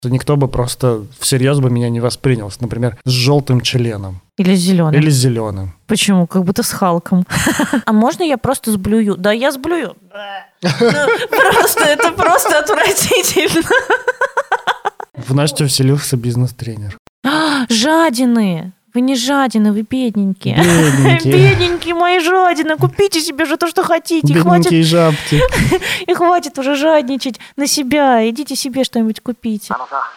Никто бы просто всерьез бы меня не воспринял, например, с желтым членом. Или с зеленым. Или с зеленым. Почему? Как будто с Халком. А можно я просто сблюю? Да, я сблюю. Это просто отвратительно. В Настю вселился бизнес-тренер. Жадины! Вы не жадины, вы бедненькие. Бедненькие мои жадины. Купите себе же то, что хотите. Бедненькие жабки. И хватит уже жадничать на себя. Идите себе что-нибудь купите.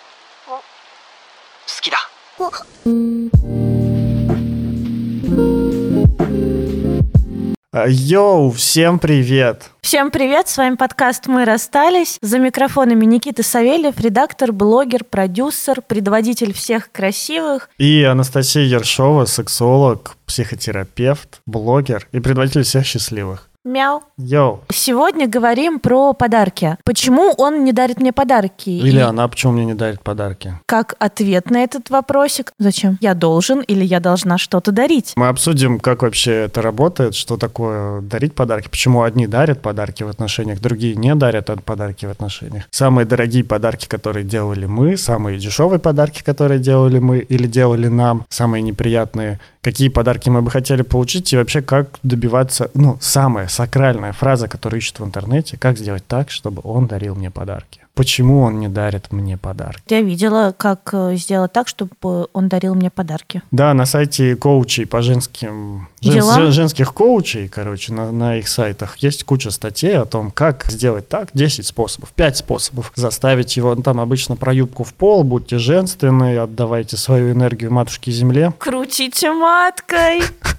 Йоу, всем привет! Всем привет, с вами подкаст «Мы расстались». За микрофонами Никита Савельев, редактор, блогер, продюсер, предводитель всех красивых. И Анастасия Ершова, сексолог, психотерапевт, блогер и предводитель всех счастливых. Мяу. Йоу. Сегодня говорим про подарки. Почему он не дарит мне подарки? Или она почему мне не дарит подарки? Как ответ на этот вопросик. Зачем? Я должен или я должна что-то дарить? Мы обсудим, как вообще это работает, что такое дарить подарки, почему одни дарят подарки в отношениях, другие не дарят подарки в отношениях. Самые дорогие подарки, которые делали мы, самые дешевые подарки, которые делали мы или делали нам, самые неприятные, какие подарки мы бы хотели получить и вообще как добиваться, самая сакральная фраза, которую ищут в интернете, как сделать так, чтобы он дарил мне подарки. Почему он не дарит мне подарки? Я видела, как сделать так, чтобы он дарил мне подарки. Да, на сайте коучей по женских коучей, на их сайтах есть куча статей о том, как сделать так, 10 способов, 5 способов заставить его, там обычно про юбку в пол, будьте женственны, отдавайте свою энергию матушке земле. Крутите маткой.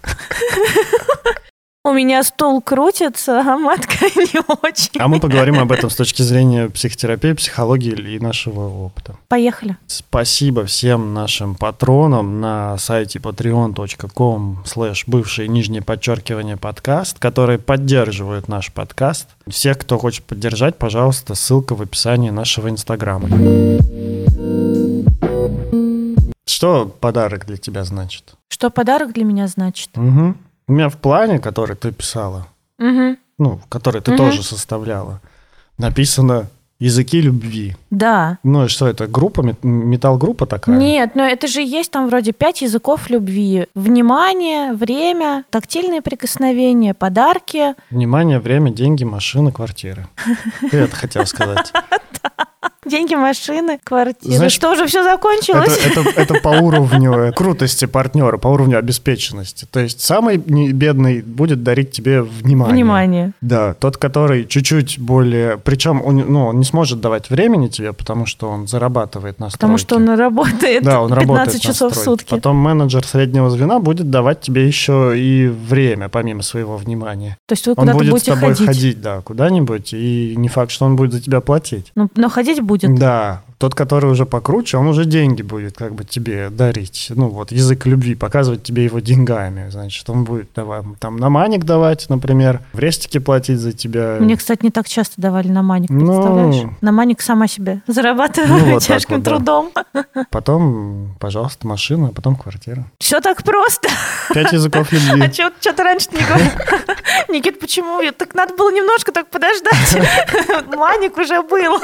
У меня стул крутится, а матка не очень. А мы поговорим об этом с точки зрения психотерапии, психологии и нашего опыта. Поехали. Спасибо всем нашим патронам на сайте patreon.com/бывший_подкаст, которые поддерживают наш подкаст. Всех, кто хочет поддержать, пожалуйста, ссылка в описании нашего инстаграма. Что подарок для тебя значит? Что подарок для меня значит? Угу. У меня в плане, который ты писала, который ты тоже составляла, написано «Языки любви». Да. Ну и что это, группа, метал-группа такая? Нет, но это же есть там вроде 5 языков любви. Внимание, время, тактильные прикосновения, подарки. Внимание, время, деньги, машина, квартира. Ты это хотел сказать. Деньги, машины, квартиры. Значит, что, уже все закончилось? Это по уровню крутости партнера, по уровню обеспеченности. То есть самый бедный будет дарить тебе внимание. Да, тот, который чуть-чуть более... Причем он не сможет давать времени тебе, потому что он зарабатывает на стройке. Потому что он работает 15 часов в сутки. Потом менеджер среднего звена будет давать тебе еще и время, помимо своего внимания. То есть вы куда-то будете ходить? Он будет с тобой ходить, да, куда-нибудь, и не факт, что он будет за тебя платить. Но ходить будет. Да, тот, который уже покруче, он уже деньги будет как бы тебе дарить. Язык любви, показывать тебе его деньгами. Значит, он будет там на маник давать, например, в рестике платить за тебя. Мне, кстати, не так часто давали на маник, представляешь? На маник сама себе зарабатываю тяжким трудом. Потом, пожалуйста, машина, а потом квартира. Все так просто. 5 языков любви. А что ты раньше не говорил? Никит, почему? Так надо было немножко так подождать. Маник уже был.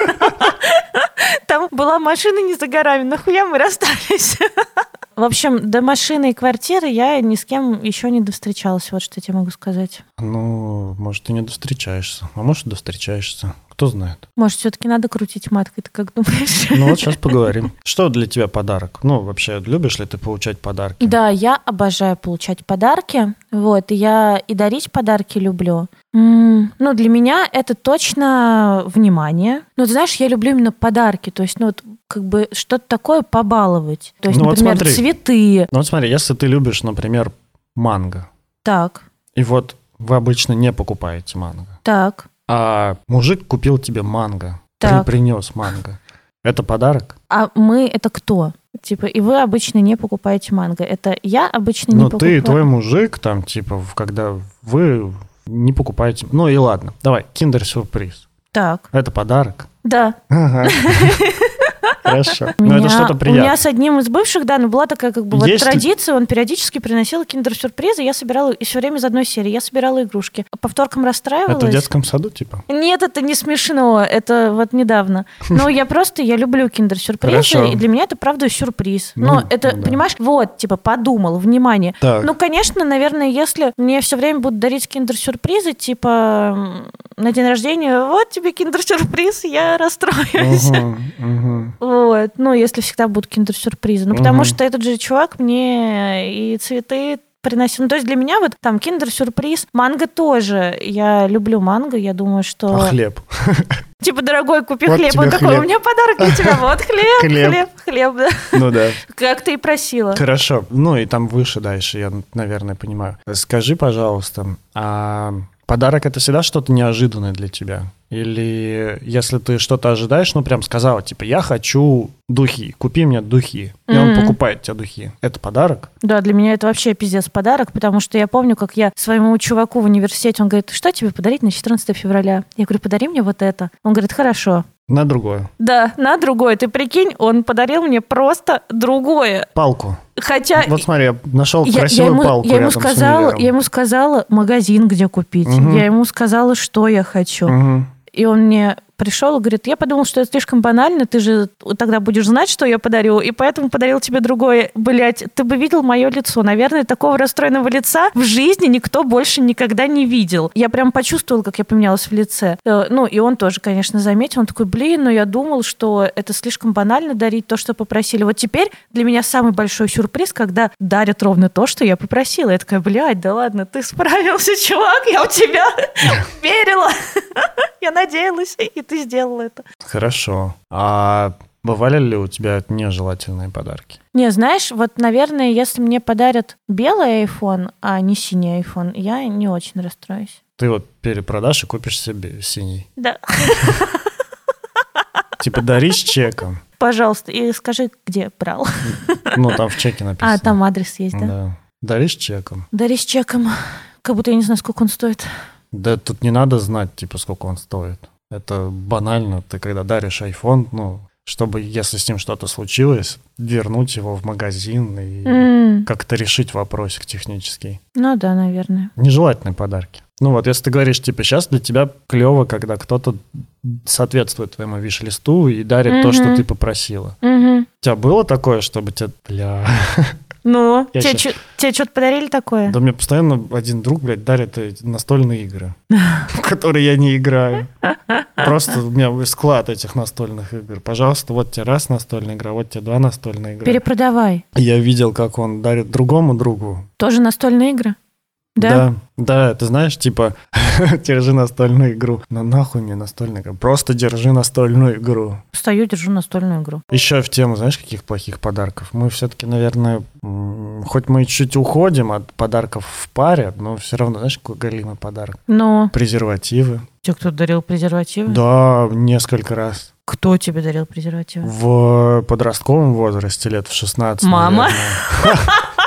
Там была машина не за горами, нахуя мы расстались? В общем, до машины и квартиры я ни с кем еще не довстречалась, вот что я тебе могу сказать. Может, ты не довстречаешься, а может, довстречаешься. Кто знает. Может, все-таки надо крутить маткой, ты как думаешь? Сейчас поговорим. Что для тебя подарок? Вообще, любишь ли ты получать подарки? Да, я обожаю получать подарки. И я и дарить подарки люблю. Для меня это точно внимание. Ты знаешь, я люблю именно подарки. То есть, что-то такое побаловать. То есть, например, цветы. Смотри, если ты любишь, например, манго. Так. И вы обычно не покупаете манго. Так. А мужик купил тебе манго, принес манго. Это подарок? А мы это кто? И вы обычно не покупаете манго. Это я обычно не покупаю. Ты и твой мужик, когда вы не покупаете... и ладно, давай, киндер-сюрприз. Так. Это подарок? Да. Ага. Хорошо. Но это что-то У приятное. меня с одним из бывших, да, была такая как бы вот Есть ли- традиция, он периодически приносил киндер-сюрпризы, я собирала, и все время из одной серии, я собирала игрушки. По вторкам расстраивалась. Это в детском саду, типа? Нет, это не смешно, это вот недавно. Но я люблю киндер-сюрпризы, Хорошо. и для меня это правда сюрприз. Ну, Но это, да. понимаешь, вот, типа, подумал, внимание. Так. Ну, конечно, наверное, если мне все время будут дарить киндер-сюрпризы, типа, на день рождения, вот тебе киндер-сюрприз, я расстроюсь. Мгм. Вот, ну, если всегда будут киндер-сюрпризы. Ну, потому Мгм. что этот же чувак мне и цветы приносил. Ну, то есть для меня вот там киндер-сюрприз, манго тоже. Я люблю манго, я думаю, что... А хлеб? Типа, дорогой, купи Вот хлеб. тебе Он такой, хлеб. у меня подарок для тебя. Вот хлеб, да. Ну да. Как ты и просила. Хорошо. Ну и там выше дальше, я, наверное, понимаю. Скажи, пожалуйста, а подарок — это всегда что-то неожиданное для тебя? Или если ты что-то ожидаешь, ну прям сказала, типа, я хочу духи, купи мне духи. И он покупает тебе духи. Это подарок? Да, для меня это вообще пиздец подарок, потому что я помню, как я своему чуваку в университете, он говорит, что тебе подарить на 14 февраля? Я говорю, подари мне вот это. Он говорит, хорошо. На другое. Да, на другое. Ты прикинь, он подарил мне просто другое. Палку. Хотя... Вот смотри, я нашел красивую палку я ему рядом с сказала, универом. я ему сказала магазин, где купить. Мгм. Я ему сказала, что я хочу. Мгм. И он мне пришел и говорит, я подумал, что это слишком банально, ты же тогда будешь знать, что я подарю, и поэтому подарил тебе другое. Блять, ты бы видел мое лицо. Наверное, такого расстроенного лица в жизни никто больше никогда не видел. Я прям почувствовала, как я поменялась в лице. Ну, и он тоже, конечно, заметил. Он такой, блин, но я думал, что это слишком банально дарить то, что попросили. Вот теперь для меня самый большой сюрприз, когда дарят ровно то, что я попросила. Я такая, блядь, да ладно, ты справился, чувак, я в тебя верила. Я надеялась, и ты сделал это. Хорошо. А бывали ли у тебя нежелательные подарки? Не, знаешь, вот, наверное, если мне подарят белый iPhone, а не синий iPhone, я не очень расстроюсь. Ты вот перепродашь и купишь себе синий. Да. Типа дари с чеком. Пожалуйста, и скажи, где брал. Ну, там в чеке написано. А, там адрес есть, да? Да. Дари с чеком. Дари с чеком. Как будто я не знаю, сколько он стоит. Да тут не надо знать, типа, сколько он стоит. Это банально. Ты когда даришь iPhone, ну, чтобы, если с ним что-то случилось, вернуть его в магазин и как-то решить вопросик технический. Ну да, наверное. Нежелательные подарки. Ну вот, если ты говоришь, типа, сейчас для тебя клево, когда кто-то соответствует твоему виш-листу и дарит то, что ты попросила. У тебя было такое, чтобы тебе... Бля... Ну, Я тебе что-то подарили такое? Да мне постоянно один друг, блядь, дарит эти настольные игры, в которые я не играю. Просто у меня склад этих настольных игр. Пожалуйста, вот тебе раз настольная игра, вот тебе два настольные игры. Перепродавай. Я видел, как он дарит другому другу. Тоже настольные игры? Да? Да, ты знаешь, типа, держи настольную игру. Ну нахуй мне настольная игра? Просто держи настольную игру. Стою, держу настольную игру. Еще в тему, знаешь, каких плохих подарков? Мы все-таки, наверное, хоть мы чуть уходим от подарков в паре, но все равно, знаешь, какой галимый подарок? Ну, Презервативы. тебе кто-то дарил презервативы? Да, несколько раз. Кто тебе дарил презервативы? В подростковом возрасте, лет в 16, Мама? наверное.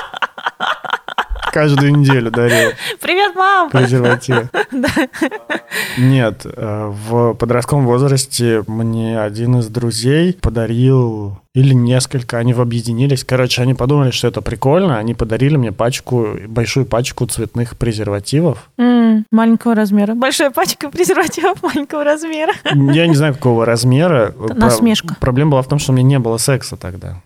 Каждую неделю дарил Привет, мам! презервативы. Нет, в подростковом возрасте мне один из друзей подарил, или несколько, они объединились. Короче, они подумали, что это прикольно, они подарили мне большую пачку цветных презервативов. Маленького размера. Большая пачка презервативов маленького размера. Я не знаю, какого размера. Насмешка. Проблема была в том, что у меня не было секса тогда.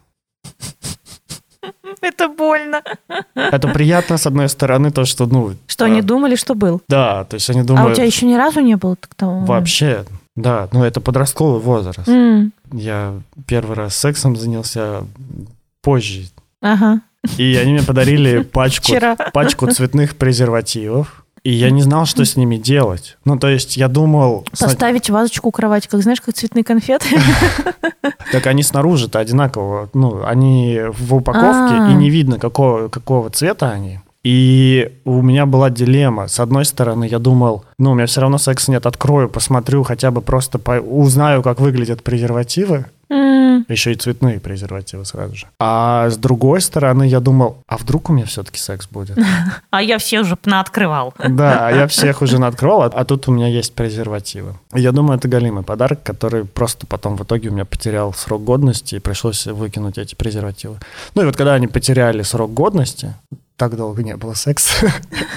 Это больно. Это приятно, с одной стороны, то, что, ну... Что они думали, что был? Да, то есть они А думают... у тебя еще ни разу не было? Вообще, да. Ну, это подростковый возраст. Я первый раз сексом занялся позже. Ага. И они мне подарили пачку цветных презервативов. И я не знал, что с ними делать. Ну, то есть я думал... Поставить вазочку у кровати, как знаешь, как цветные конфеты. Так они снаружи-то одинаково. Ну, они в упаковке, и не видно, какого цвета они. И у меня была дилемма. С одной стороны, я думал, ну, у меня все равно секса нет, открою, посмотрю, хотя бы просто узнаю, как выглядят презервативы. Еще и цветные презервативы сразу же. А с другой стороны, я думал, а вдруг у меня все-таки секс будет? А я все уже наоткрывал. Да, я всех уже наоткрывал, а тут у меня есть презервативы. Я думаю, это галимый подарок, который просто потом в итоге у меня потерял срок годности, и пришлось выкинуть эти презервативы. Ну и вот когда они потеряли срок годности, так долго не было секса.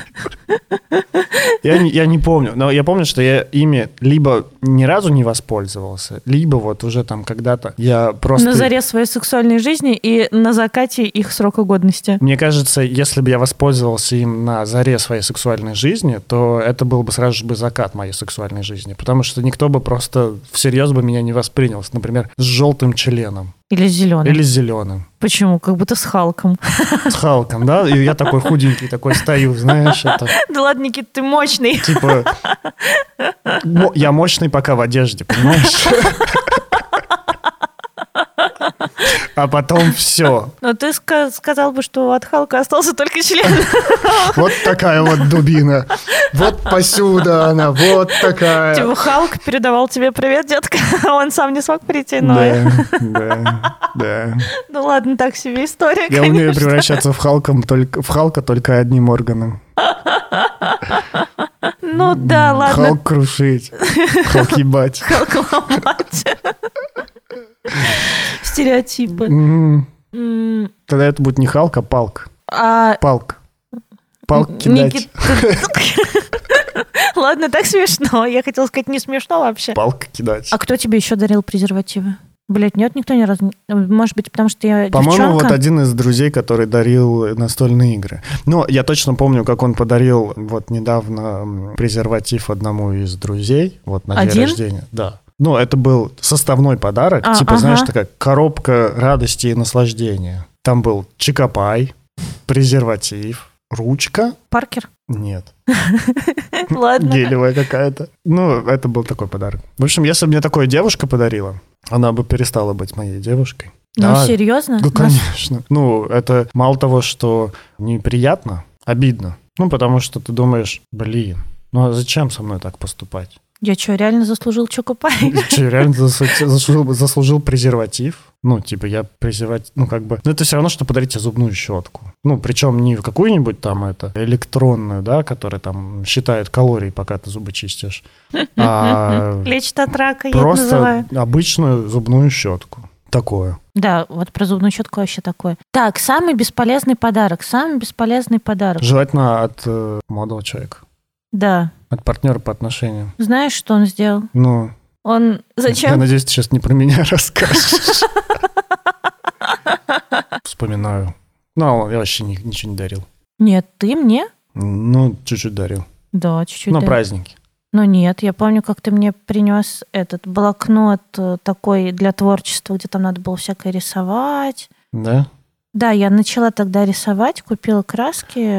Я не помню, но я помню, что я ими либо ни разу не воспользовался, либо вот уже там когда-то я просто... На заре своей сексуальной жизни и на закате их срока годности. Мне кажется, если бы я воспользовался им на заре своей сексуальной жизни, то это был бы сразу же закат моей сексуальной жизни, потому что никто бы просто всерьез бы меня не воспринял, например, с желтым членом. Или с зеленым. Или с зеленым. Почему? Как будто с Халком. С Халком, да? И я такой худенький, такой стою, знаешь, это... Да ладно, Никит, ты мощный. Типа, я мощный пока в одежде, понимаешь? А потом все. Но ты сказал бы, что от Халка остался только член. Вот такая вот дубина. Вот посюда она, вот такая. Типа Халк передавал тебе привет, детка, а он сам не смог прийти, но... Да. Ну ладно, так себе история, Я умею превращаться в Халка только одним органом. Ну да, ладно. Халк крушить, Халк ебать. Халк ломать. Стереотипы. Тогда это будет не Халк, а Палк. Палк кидать. Никит, ладно, так смешно. Я хотела сказать, не смешно вообще. Палка кидать. А кто тебе еще дарил презервативы? Блять, нет, никто ни разу... Может быть, потому что я девчонка? По-моему, вот один из друзей, который дарил настольные игры. Но я точно помню, как он подарил вот недавно презерватив одному из друзей, вот на день рождения. Да. Ну, это был составной подарок, знаешь, такая коробка радости и наслаждения. Там был чикопай, презерватив, ручка. Паркер? Нет. Ладно. Гелевая какая-то. Ну, это был такой подарок. В общем, если бы мне такое девушка подарила, она бы перестала быть моей девушкой. Ну, серьезно? Ну, конечно. Ну, это мало того, что неприятно, обидно. Ну, потому что ты думаешь, блин, ну а зачем со мной так поступать? Я что, реально заслужил чокопай? Что, реально заслужил презерватив? Ну, типа, я презерватив, ну, как бы... Ну, это все равно, что подарить тебе зубную щетку. Ну, причем не какую-нибудь там электронную, да, которая там считает калории, пока ты зубы чистишь, а... Лечит от рака, я это называю. Просто обычную зубную щетку. Такое. Да, вот про зубную щетку вообще такое. Так, самый бесполезный подарок. Желательно от молодого человека. Да. От партнера по отношениям. Знаешь, что он сделал? Ну... Он зачем? Я надеюсь, ты сейчас не про меня расскажешь. Вспоминаю. Ну, я вообще ничего не дарил. Нет, ты мне? Ну, чуть-чуть дарил. Да, чуть-чуть. На праздники. Ну нет, я помню, как ты мне принес этот блокнот такой для творчества, где там надо было всякое рисовать. Да? Да, я начала тогда рисовать, купила краски.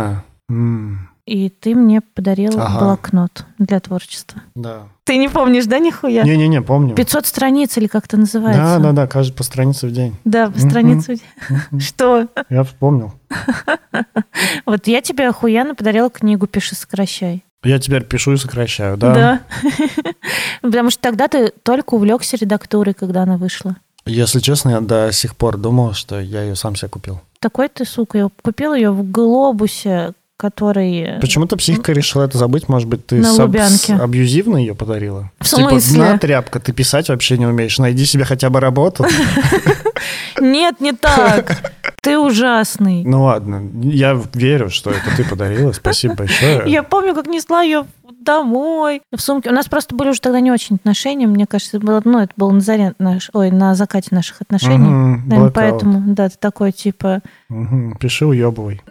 И ты мне подарил блокнот для творчества. Да. Ты не помнишь, да, нихуя? Не, помню. 500 страниц или как это называется? Да, кажется, по странице в день. Да, по странице в день. Что? Я вспомнил. Вот я тебе охуенно подарила книгу «Пиши, сокращай». Я теперь пишу и сокращаю, да? Да. Потому что тогда ты только увлекся редактурой, когда она вышла. Если честно, я до сих пор думал, что я ее сам себе купил. Такой ты, сука, я купил ее в Глобусе, который... Почему-то психика решила это забыть. Может быть, ты абьюзивно ее подарила? В смысле? Типа, на, тряпка, ты писать вообще не умеешь. Найди себе хотя бы работу. Нет, не так. Ты ужасный. Ну ладно, я верю, что это ты подарила. Спасибо большое. Я помню, как несла ее домой в сумке. У нас просто были уже тогда не очень отношения. Мне кажется, это было на заре на закате наших отношений. Наверное, поэтому, да, ты такой, типа... Пиши, уебывай.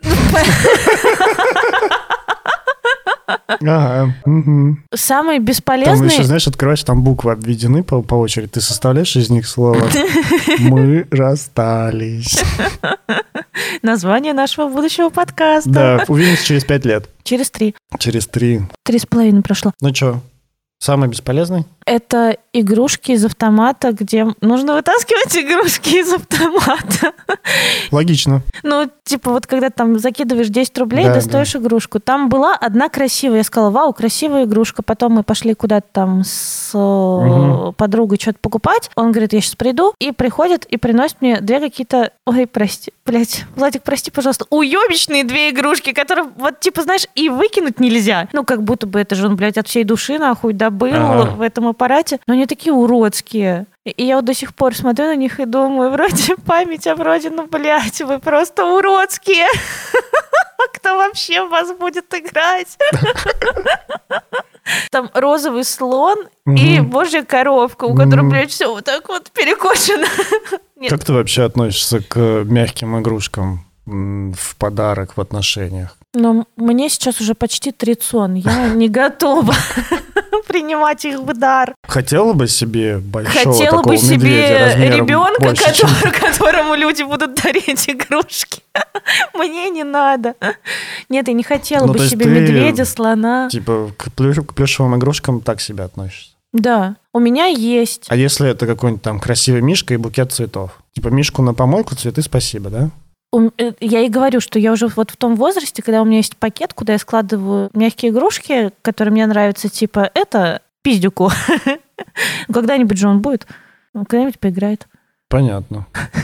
Ага. Самый бесполезный... Там еще, знаешь, открываешь, там буквы обведены по очереди. Ты составляешь из них слово «Мы расстались». Название нашего будущего подкаста. Да, увидимся через 5 лет. Через 3. Через 3. 3,5 прошло. Ну что, Самый бесполезный? Это игрушки из автомата, где нужно вытаскивать игрушки из автомата. Логично. Ну, типа вот когда там закидываешь 10 рублей, Да, достаешь игрушку. Там была одна красивая. Я сказала, вау, красивая игрушка. Потом мы пошли куда-то там с подругой что-то покупать. Он говорит, я сейчас приду. И приходит и приносит мне две какие-то... Ой, прости, блядь, Владик, прости, пожалуйста. Уёбищные две игрушки, которые вот типа, знаешь, и выкинуть нельзя. Ну, как будто бы это же он, блядь, от всей души нахуй добыл в этом аппарате. Но они такие уродские. И я вот до сих пор смотрю на них и думаю, вроде память, а вроде, ну, блядь, вы просто уродские. Кто вообще в вас будет играть? Там розовый слон и божья коровка, у которой, блядь, все вот так вот перекошено. Как ты вообще относишься к мягким игрушкам в подарок, в отношениях? Но мне сейчас уже почти 30, я не готова принимать их в дар. Хотела бы себе большого Хотела такого бы себе медведя размером ребенка, больше, чем... которому люди будут дарить игрушки. Мне не надо. Нет, я не хотела Ну, бы то есть себе ты, медведя, слона. Типа к плюшевым игрушкам так себя относишься? Да, у меня есть. А если это какой-нибудь там красивый мишка и букет цветов? Типа мишку на помойку, цветы спасибо, да? Я и говорю, что я уже вот в том возрасте, когда у меня есть пакет, куда я складываю мягкие игрушки, которые мне нравятся, типа это пиздюку. Когда-нибудь же он будет, когда-нибудь поиграет. Понятно.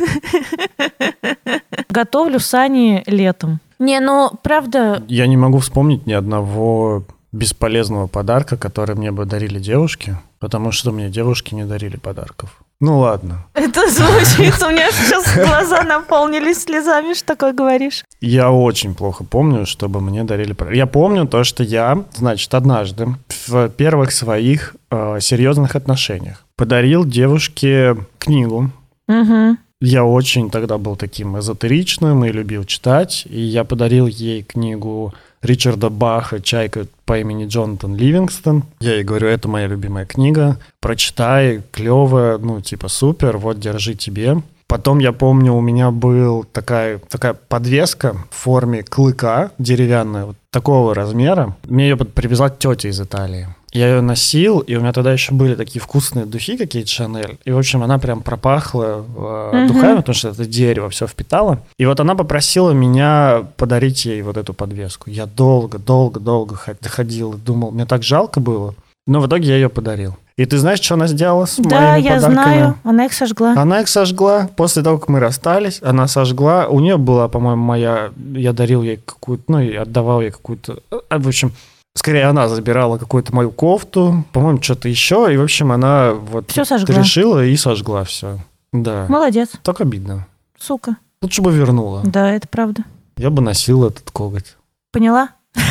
Готовлю сани летом. Не, ну, правда... Я не могу вспомнить ни одного бесполезного подарка, который мне бы дарили девушки, потому что мне девушки не дарили подарков. Ну ладно. Это звучит, у меня сейчас глаза наполнились слезами, что такое говоришь. Я очень плохо помню, чтобы мне дарили подарки. Я помню то, что я, значит, однажды в первых своих серьезных отношениях подарил девушке книгу. Угу. Я очень тогда был таким эзотеричным и любил читать, и я подарил ей книгу Ричарда Баха «Чайка по имени Джонатан Ливингстон». Я ей говорю, это моя любимая книга, прочитай, клевая, ну, типа, супер, вот, держи тебе. Потом, я помню, у меня была такая подвеска в форме клыка деревянная, вот такого размера. Мне ее привезла тетя из Италии. Я ее носил, и у меня тогда еще были такие вкусные духи какие-то Шанель. И, в общем, она прям пропахла духами, потому что это дерево все впитало. И вот она попросила меня подарить ей вот эту подвеску. Я долго ходил и думал, мне так жалко было. Но в итоге я ее подарил. И ты знаешь, что она сделала с моими подарками? Да, я знаю. Она их сожгла. Она их сожгла. После того, как мы расстались, она сожгла. У нее была, по-моему, я дарил ей какую-то, ну, и отдавал ей какую-то... В общем, скорее она забирала какую-то мою кофту, по-моему, что-то еще. И, в общем, она вот решила и сожгла все. Да. Молодец. Так обидно. Сука. Лучше бы вернула. Да, это правда. Я бы носил этот коготь. Поняла?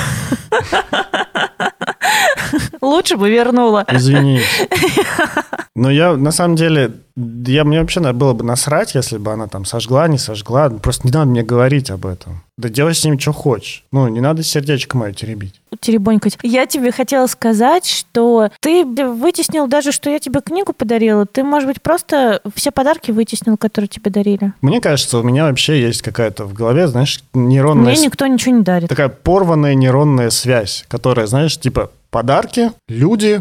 Лучше бы вернула. Извини. Но я, на самом деле, мне вообще было бы насрать, если бы она там сожгла, не сожгла. Просто не надо мне говорить об этом. Да делай с ним, что хочешь. Ну, не надо сердечко мое теребить. Теребонькать. Я тебе хотела сказать, что ты вытеснил даже, что я тебе книгу подарила. Ты, может быть, просто все подарки вытеснил, которые тебе дарили. Мне кажется, у меня вообще есть какая-то в голове, знаешь, нейронная... Мне никто ничего не дарит. Такая порванная нейронная связь, которая, знаешь, типа подарки, люди...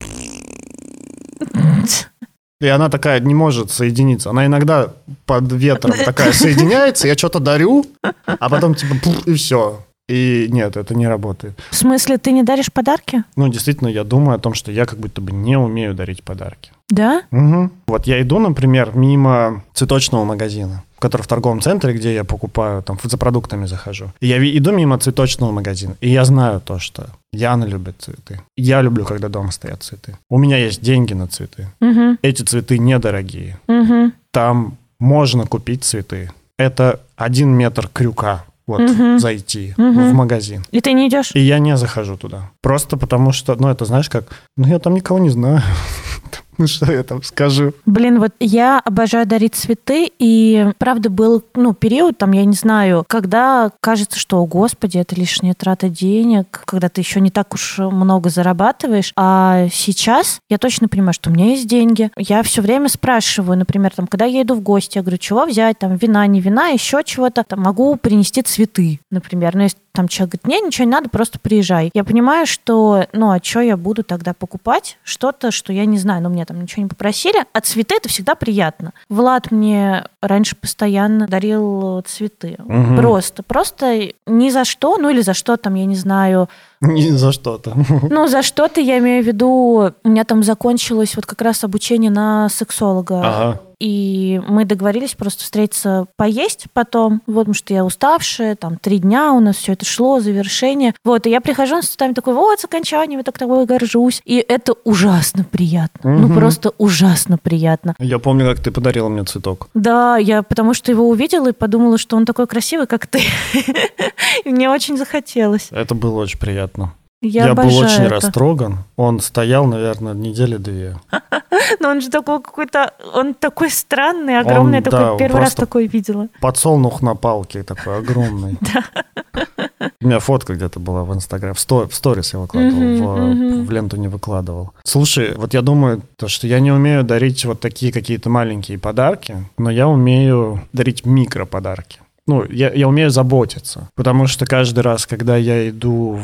И она такая не может соединиться. Она иногда под ветром такая соединяется, я что-то дарю, а потом типа и все. И нет, это не работает. В смысле, ты не даришь подарки? Ну, действительно, я думаю о том, что я как будто бы не умею дарить подарки. Да? Угу. Вот я иду, например, мимо цветочного магазина, который в торговом центре, где я покупаю, там, за продуктами захожу. И я иду мимо цветочного магазина, и я знаю то, что Яна любит цветы. Я люблю, когда дома стоят цветы. У меня есть деньги на цветы. Угу. Эти цветы недорогие. Угу. Там можно купить цветы. Это 1 метр крюка. Вот, зайти в магазин. И ты не идешь? И я не захожу туда. Просто потому что, ну, это знаешь как, ну, я там никого не знаю. Ну, что я там скажу? Блин, вот я обожаю дарить цветы, и правда был, ну, период, там, я не знаю, когда кажется, что, о, господи, это лишняя трата денег, когда ты еще не так уж много зарабатываешь, а сейчас я точно понимаю, что у меня есть деньги. Я все время спрашиваю, например, там, когда я иду в гости, я говорю, чего взять, там, вина, не вина, еще чего-то, там, могу принести цветы, например. Но если там человек говорит, нет, ничего не надо, просто приезжай. Я понимаю, что, а что я буду тогда покупать? Что-то, что я не знаю, меня там ничего не попросили. А цветы — это всегда приятно. Влад мне раньше постоянно дарил цветы. Просто ни за что, или за что там, я не знаю. Не за что-то. За что-то я имею в виду, у меня там закончилось вот как раз обучение на сексолога. Ага. И мы договорились просто встретиться поесть потом, потому что я уставшая, 3 дня у нас все это шло, завершение. И я прихожу, он с цветами такой, с окончанием, я так тобой горжусь. И это ужасно приятно. Просто ужасно приятно. Я помню, как ты подарила мне цветок. Да, я потому что его увидела и подумала, что он такой красивый, как ты. И мне очень захотелось. Это было очень приятно. Я был очень это. растроган. Он стоял, наверное, 2 недели. Но он же такой какой-то, он такой странный, огромный. Я такой первый раз такой видела. Подсолнух на палке такой огромный. У меня фотка где-то была в Инстаграме, в сторис я выкладывал, в ленту не выкладывал. Слушай, я думаю, что я не умею дарить вот такие какие-то маленькие подарки, но я умею дарить микроподарки. Я умею заботиться, потому что каждый раз, когда я иду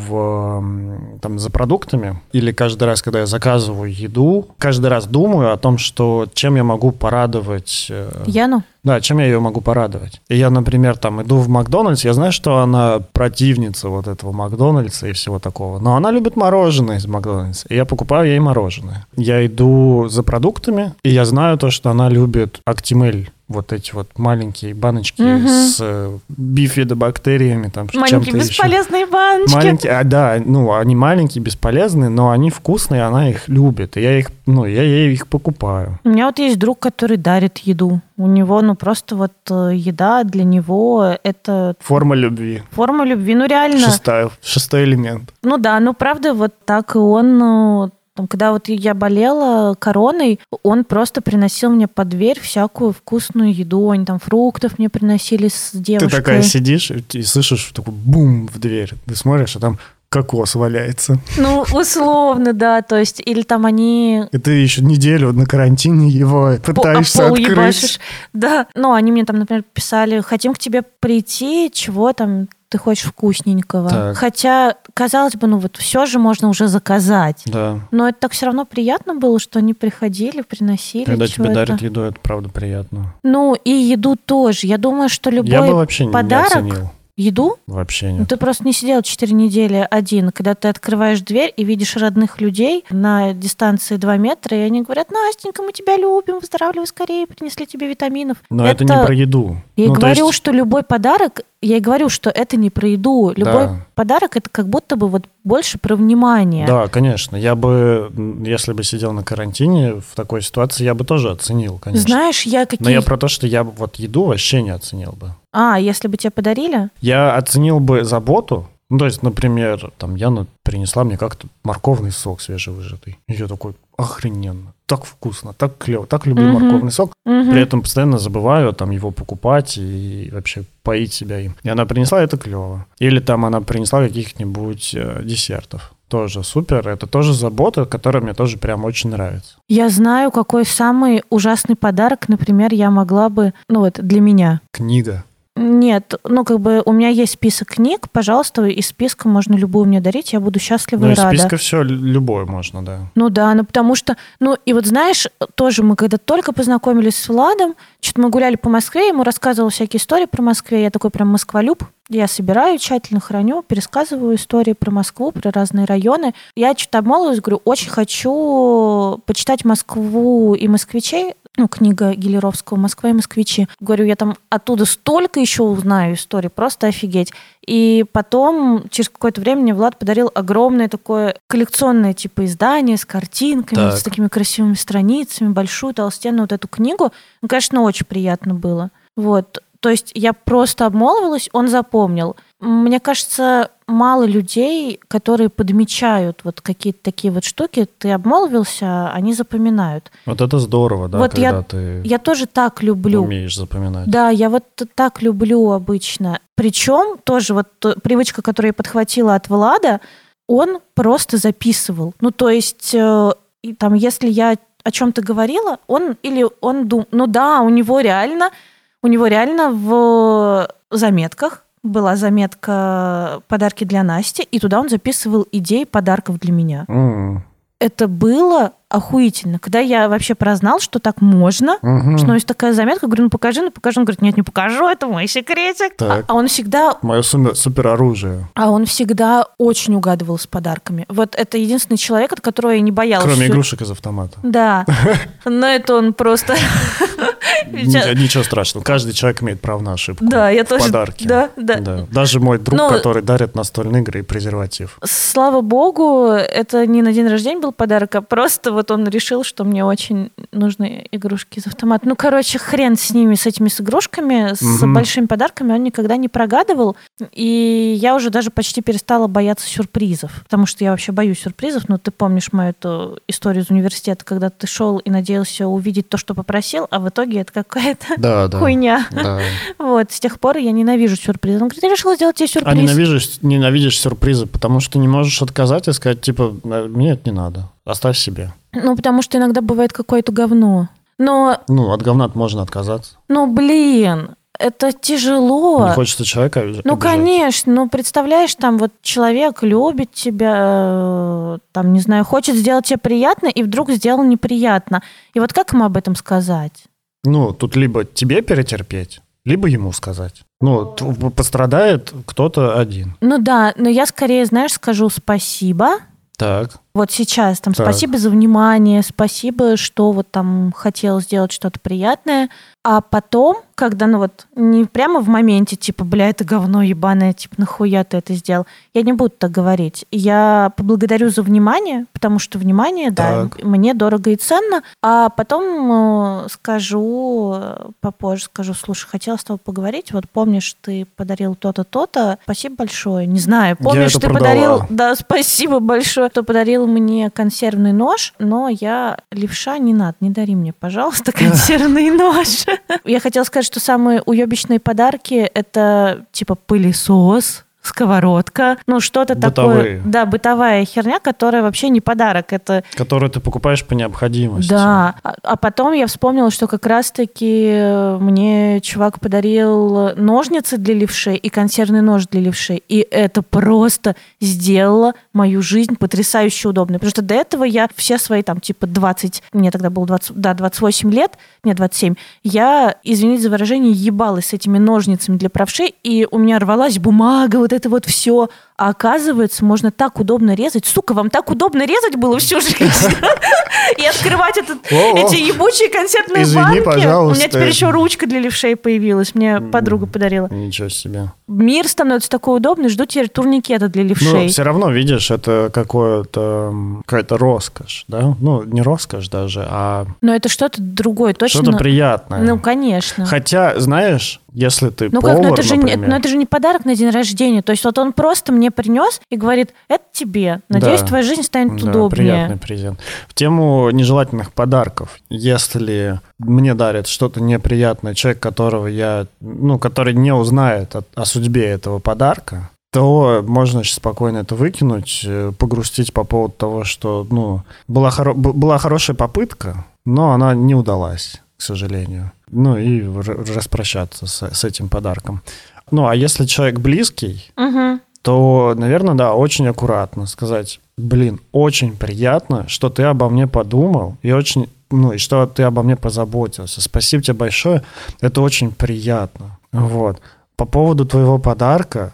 за продуктами, или каждый раз, когда я заказываю еду, каждый раз думаю о том, что чем я могу порадовать... Яну? Да, чем я ее могу порадовать. И я, например, иду в Макдональдс, я знаю, что она противница вот этого Макдональдса и всего такого, но она любит мороженое из Макдональдса, и я покупаю ей мороженое. Я иду за продуктами, и я знаю то, что она любит Актимель. Вот эти маленькие баночки с бифидобактериями, маленькие бесполезные баночки. Маленькие, да, они маленькие, бесполезные, но они вкусные, она их любит, и я ей их покупаю. У меня есть друг, который дарит еду. У него, просто еда для него это... Форма любви. Форма любви, реально. Шестой элемент. Правда, так и он... Когда я болела короной, он просто приносил мне под дверь всякую вкусную еду. Они фруктов мне приносили с девушкой. Ты такая сидишь и слышишь такой бум в дверь. Ты смотришь, а там кокос валяется. Условно, да. То есть, или они... И ты еще неделю на карантине его пытаешься открыть. Ебашишь. Да. Они мне например, писали, хотим к тебе прийти, чего ты хочешь вкусненького. Так. Хотя, казалось бы, все же можно уже заказать. Да. Но это так все равно приятно было, что они приходили, приносили. Когда тебе дарят еду, это правда приятно. И еду тоже. Я думаю, что любой Я бы вообще подарок... не оценил. Еду? Вообще нет. Ты просто не сидел 4 недели один, когда ты открываешь дверь и видишь родных людей на дистанции 2 метра, и они говорят, Настенька, мы тебя любим, выздоравливай скорее, принесли тебе витаминов. Но это не про еду. Я и говорю, что любой подарок, я и говорю, что это не про еду. Любой подарок, это как будто бы больше про внимание. Да, конечно. Я бы, если бы сидел на карантине в такой ситуации, я бы тоже оценил, конечно. Знаешь, Но я про то, что я еду вообще не оценил бы. Если бы тебе подарили? Я оценил бы заботу. То есть, например, Яна принесла мне как-то морковный сок свежевыжатый. И я такой, охрененно, так вкусно, так клево, так люблю морковный сок. При этом постоянно забываю его покупать и вообще поить себя им. И она принесла, это клево. Или она принесла каких-нибудь десертов. Тоже супер, это тоже забота, которая мне тоже прям очень нравится. Я знаю, какой самый ужасный подарок, например, я могла бы, для меня. Книга. Нет, у меня есть список книг, пожалуйста, из списка можно любую мне дарить, я буду счастлива и рада. Из списка все любое можно, да. Потому что, знаешь, тоже мы когда только познакомились с Владом, что-то мы гуляли по Москве, ему рассказывал всякие истории про Москву, я такой прям москволюб, я собираю, тщательно храню, пересказываю истории про Москву, про разные районы. Я что-то обмолвилась, говорю, очень хочу почитать Москву и москвичей, книга Гелеровского «Москва и москвичи». Говорю, я оттуда столько еще узнаю историй, просто офигеть. И потом, через какое-то время, мне Влад подарил огромное такое коллекционное издание с картинками, с такими красивыми страницами, большую толстенную эту книгу. Конечно, очень приятно было. То есть я просто обмолвилась, он запомнил. Мне кажется, мало людей, которые подмечают какие-то такие штуки. Ты обмолвился, они запоминают. Это здорово, да, когда ты я тоже так люблю. Умеешь запоминать. Да, я так люблю обычно. Причем тоже привычка, которую я подхватила от Влада, он просто записывал. Если я о чем-то говорила, он думал, у него реально в заметках была заметка «Подарки для Насти», и туда он записывал идеи подарков для меня. Это было охуительно. Когда я вообще прознал, что так можно, что есть такая заметка, говорю, ну покажи. Он говорит, нет, не покажу, это мой секретик. А он всегда... Мое супероружие. А он всегда очень угадывал с подарками. Вот это единственный человек, от которого я не боялась. Кроме игрушек из автомата. Да. Но это он просто... Ничего страшного. Каждый человек имеет право на ошибку. Да, я тоже. Подарки. Да. Даже мой друг, который дарит настольные игры и презерватив. Слава богу, это не на день рождения был подарок, а просто вот он решил, что мне очень нужны игрушки из автомата. Ну, короче, хрен с ними, с этими с игрушками, с большими подарками он никогда не прогадывал. И я уже даже почти перестала бояться сюрпризов, потому что я вообще боюсь сюрпризов. Но ты помнишь мою эту историю из университета, когда ты шел и надеялся увидеть то, что попросил, а в итоге это какая-то хуйня. Да. Вот, с тех пор я ненавижу сюрпризы. Он говорит, я решила сделать тебе сюрприз. А ненавидишь сюрпризы, потому что не можешь отказать и сказать, типа, мне это не надо, оставь себе. Ну, потому что иногда бывает какое-то говно. Но... Ну, от говна можно отказаться. Ну, блин, это тяжело. Не хочется человека обижать. Ну, конечно. Ну, представляешь, там вот человек любит тебя, там, не знаю, хочет сделать тебе приятно, и вдруг сделал неприятно. И вот как ему об этом сказать? Ну, тут либо тебе перетерпеть, либо ему сказать. Ну, пострадает кто-то один. Ну да, но я скорее, знаешь, скажу спасибо. Так. Вот сейчас там спасибо за внимание, спасибо, что вот там хотел сделать что-то приятное. А потом, когда, ну вот, не прямо в моменте, типа, бля, это говно ебаное, типа, нахуя ты это сделал? Я не буду так говорить. Я поблагодарю за внимание, потому что внимание, да, мне дорого и ценно. А потом попозже скажу, слушай, хотела с тобой поговорить, вот помнишь, ты подарил то-то, то-то, спасибо большое. Не знаю, помнишь, ты подарил... Да, спасибо большое, что подарил мне консервный нож, но я левша, не надо, не дари мне, пожалуйста, консервный нож. Я хотела сказать, что самые уебищные подарки — это типа пылесос, сковородка, ну что-то такое. Да, бытовая херня, которая вообще не подарок. Это... Которую ты покупаешь по необходимости. Да, а потом я вспомнила, что как раз-таки мне чувак подарил ножницы для левшей и консервный нож для левшей, и это просто сделало мою жизнь потрясающе удобной. Потому что до этого я все свои там типа 20, мне тогда было 28 лет, мне 27, я, извините за выражение, ебалась с этими ножницами для правшей, и у меня рвалась бумага, вот это вот все. А оказывается, можно так удобно резать. Сука, вам так удобно резать было всю жизнь? И открывать эти ебучие консервные банки. Пожалуйста. У меня теперь еще ручка для левшей появилась. Мне подруга подарила. Ничего себе. Мир становится такой удобный. Жду теперь турникета для левшей. Но все равно, видишь, это какая-то роскошь, да? Ну, не роскошь даже, а... Но это что-то другое, точно. Что-то приятное. Ну, конечно. Хотя, знаешь, если ты повар, например... Но это же не подарок на день рождения. То есть вот он просто мне принес и говорит, это тебе. Надеюсь, твоя жизнь станет удобнее. Приятный презент. В тему нежелательных подарков. Если мне дарит что-то неприятное, человек, который не узнает о судьбе этого подарка, то можно спокойно это выкинуть, погрустить по поводу того, что была хорошая попытка, но она не удалась, к сожалению. Ну и распрощаться с этим подарком. Ну, а если человек близкий, то, наверное, да, очень аккуратно сказать, очень приятно, что ты обо мне подумал, и что ты обо мне позаботился. Спасибо тебе большое, это очень приятно. Вот. По поводу твоего подарка,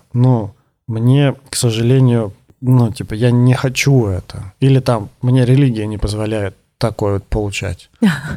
мне, к сожалению, я не хочу это. Или там мне религия не позволяет такое вот получать.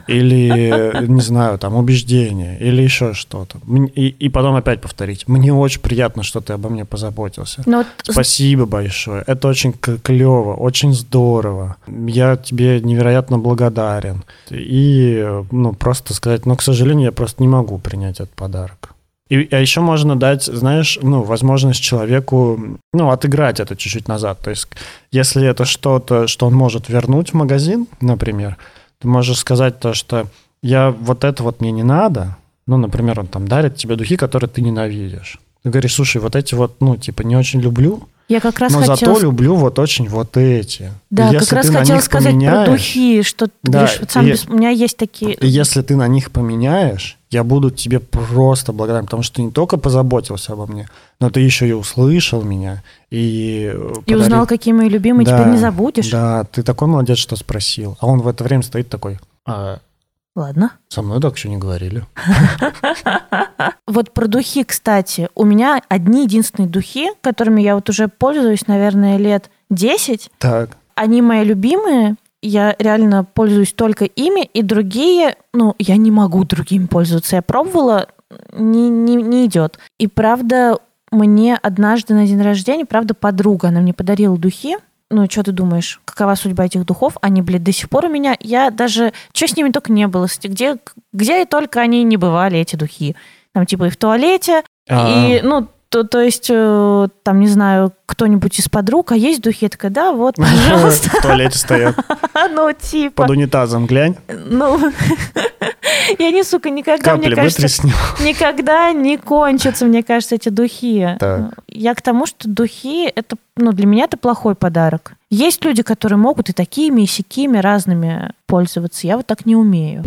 Или, не знаю, там, убеждение, или еще что-то. И потом опять повторить. Мне очень приятно, что ты обо мне позаботился. Спасибо большое. Это очень клево, очень здорово. Я тебе невероятно благодарен. И, просто сказать, к сожалению, я просто не могу принять этот подарок. А еще можно дать, знаешь, возможность человеку, отыграть это чуть-чуть назад. То есть, если это что-то, что он может вернуть в магазин, например, ты можешь сказать то, что мне не надо. Например, он там дарит тебе духи, которые ты ненавидишь. Ты говоришь, слушай, эти не очень люблю, Я как раз Но хотела... зато люблю вот очень вот эти. Да, Если как раз ты на хотела них сказать про поменяешь, духи, что ты да, говоришь, вот сам у меня есть такие... Если ты на них поменяешь, я буду тебе просто благодарен, потому что ты не только позаботился обо мне, но ты еще и услышал меня. И узнал, какие мои любимые, да, теперь не забудешь. Да, ты такой молодец, что спросил. А он в это время стоит такой... Ладно. Со мной так еще не говорили. Вот про духи, кстати. У меня одни единственные духи, которыми я вот уже пользуюсь, наверное, лет 10. Так. Они мои любимые. Я реально пользуюсь только ими. И другие, я не могу другими пользоваться. Я пробовала, не идет. И правда, мне однажды на день рождения, подруга, она мне подарила духи. Что ты думаешь, какова судьба этих духов? Они, до сих пор у меня... Я даже... Что с ними только не было. Где и только они не бывали, эти духи. Там типа и в туалете, и, то есть, там, не знаю, кто-нибудь из подруг, а есть духи? Я такая, да, вот, пожалуйста. В туалете стоят. Типа. Под унитазом глянь. И они, сука, никогда, Капли мне кажется, вытри с него. никогда не кончатся, мне кажется, эти духи. Так. Я к тому, что духи, это, для меня это плохой подарок. Есть люди, которые могут и такими, и сякими разными пользоваться. Я вот так не умею.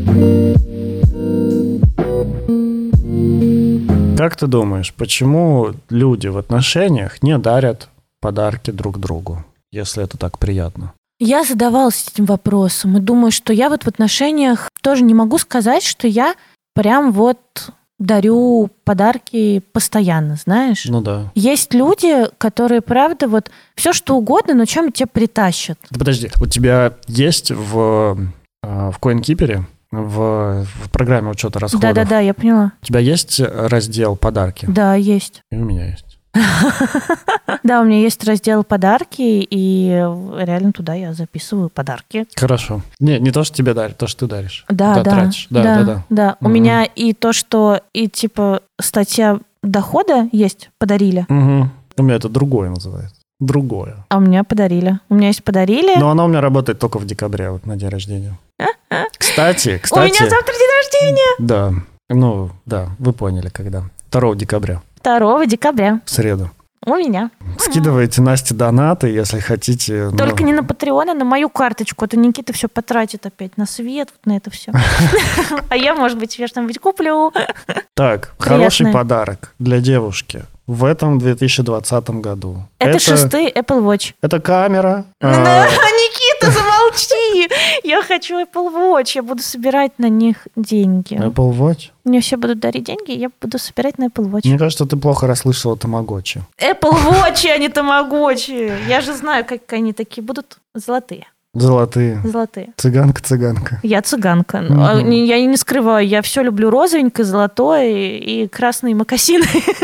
Как ты думаешь, почему люди в отношениях не дарят подарки друг другу, если это так приятно? Я задавалась этим вопросом и думаю, что я вот в отношениях тоже не могу сказать, что я прям вот дарю подарки постоянно, знаешь? Ну да. Есть люди, которые, правда, вот все что угодно, но чем тебе притащат. Да подожди, у тебя есть в CoinKeeper, в программе учета расходов? Да, я поняла. У тебя есть раздел «Подарки»? Да, есть. И у меня есть. Да, у меня есть раздел «Подарки», и реально туда я записываю подарки. Хорошо. Не то, что тебе дарят, то, что ты даришь. Да. Тратишь. Да. У меня и то, что и типа статья дохода есть, подарили. У меня это другое называется. Другое. А у меня подарили. У меня есть подарили. Но она у меня работает только в декабре, вот на день рождения. Кстати. У меня завтра день рождения. Да, вы поняли, когда. 2 декабря. 2 декабря. В среду. У меня. Скидывайте Насте донаты, если хотите. Только не на Patreon, а на мою карточку. Это Никита все потратит опять на свет, вот на это все. А я, может быть, себе что-нибудь куплю. Так, хороший подарок для девушки в этом 2020 году. Это 6-й Apple Watch. Это камера. Никита, замолчи! Я хочу Apple Watch, я буду собирать на них деньги. Apple Watch? Мне все будут дарить деньги, я буду собирать на Apple Watch. Мне кажется, ты плохо расслышала тамагочи. Apple Watch, а не тамагочи. Я же знаю, как они такие будут золотые. Золотые. Цыганка. Я цыганка. Я не скрываю, я все люблю розовенькое, золотое и красные мокасины.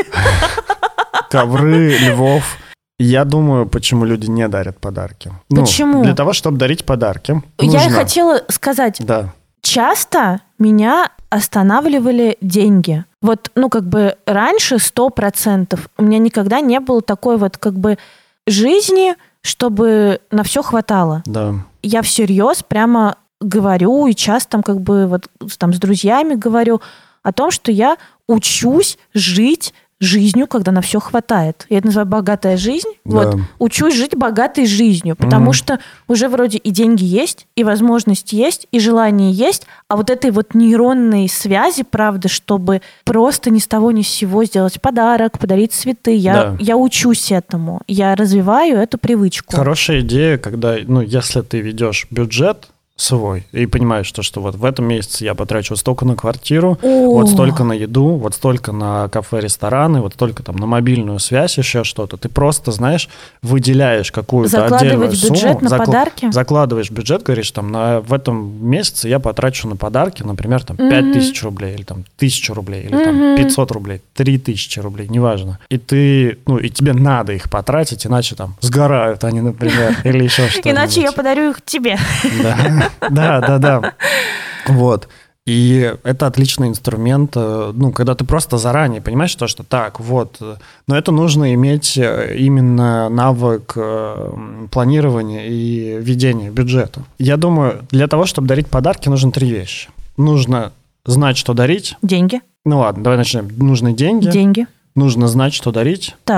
Ковры, львов. Я думаю, почему люди не дарят подарки. Почему? Для того, чтобы дарить подарки. Я хотела сказать, часто меня останавливали деньги. Вот, раньше 100%. У меня никогда не было такой жизни, чтобы на все хватало. Да. Я всерьез прямо говорю и часто с друзьями говорю о том, что я учусь жить жизнью, когда на все хватает. Я это называю богатая жизнь. Да. Учусь жить богатой жизнью, потому что уже вроде и деньги есть, и возможность есть, и желание есть, а вот этой нейронной связи, правда, чтобы просто ни с того ни с сего сделать подарок, подарить цветы, я учусь этому, я развиваю эту привычку. Хорошая идея, когда, если ты ведешь бюджет свой и понимаешь, что вот в этом месяце я потрачу вот столько на квартиру, вот столько на еду, вот столько на кафе, рестораны, вот столько там на мобильную связь, еще что-то. Ты просто, знаешь, выделяешь какую-то отдельную сумму. Бюджет на подарки? Закладываешь бюджет, говоришь, в этом месяце я потрачу на подарки, например, 5000 рублей, или 1000 рублей, или 500 рублей, 3000 рублей, неважно. И ты, и тебе надо их потратить, иначе сгорают они, например, или еще что-то. Иначе я подарю их тебе. Да. Вот. И это отличный инструмент, когда ты просто заранее понимаешь, что так, вот. Но это нужно иметь именно навык планирования и ведения бюджета. Я думаю, для того, чтобы дарить подарки, нужно 3 вещи. Нужно знать, что дарить. Деньги. Ладно, давай начнем. Нужны деньги. Деньги. Нужно знать, что дарить. Так.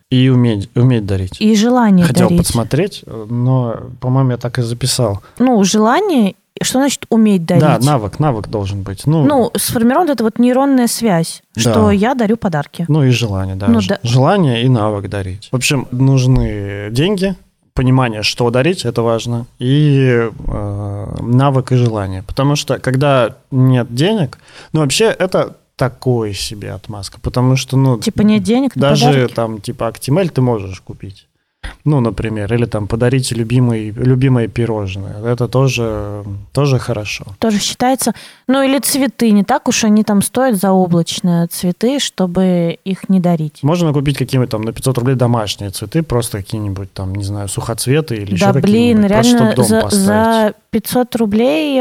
И уметь дарить. И желание Хотел дарить. подсмотреть, но, по-моему, я так и записал. Ну, желание, что значит уметь дарить? Да, навык должен быть. Сформирована эта вот нейронная связь, Да. что я дарю подарки. Ну и желание, да. Желание и навык дарить. В общем, нужны деньги, понимание, что дарить, это важно, и навык и желание. Потому что, когда нет денег, вообще это такой себе отмазка, потому что, Типа нет денег на даже подарки? там, типа, Актимель ты можешь купить. Например, или там подарить любимое пирожное. Это тоже хорошо. Тоже считается. Или цветы. Не так уж они там стоят заоблачные цветы, чтобы их не дарить. Можно купить какие-нибудь там на 500 рублей домашние цветы, просто какие-нибудь там, не знаю, сухоцветы или еще какие-нибудь. Реально за 500 рублей,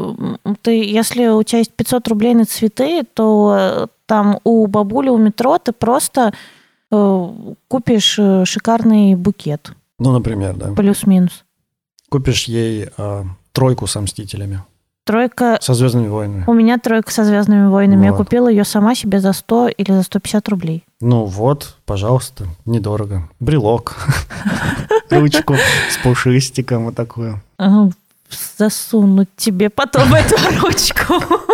если у тебя есть 500 рублей на цветы, то там у бабули у метро ты просто купишь шикарный букет. Например, да. Плюс-минус. Купишь ей тройку со Мстителями. Тройка... Со Звездными войнами. У меня тройка со Звездными войнами. Вот. Я купила ее сама себе за 100 или за 150 рублей. Пожалуйста, недорого. Брелок. Ручку с пушистиком вот такую. Засунуть тебе потом эту ручку.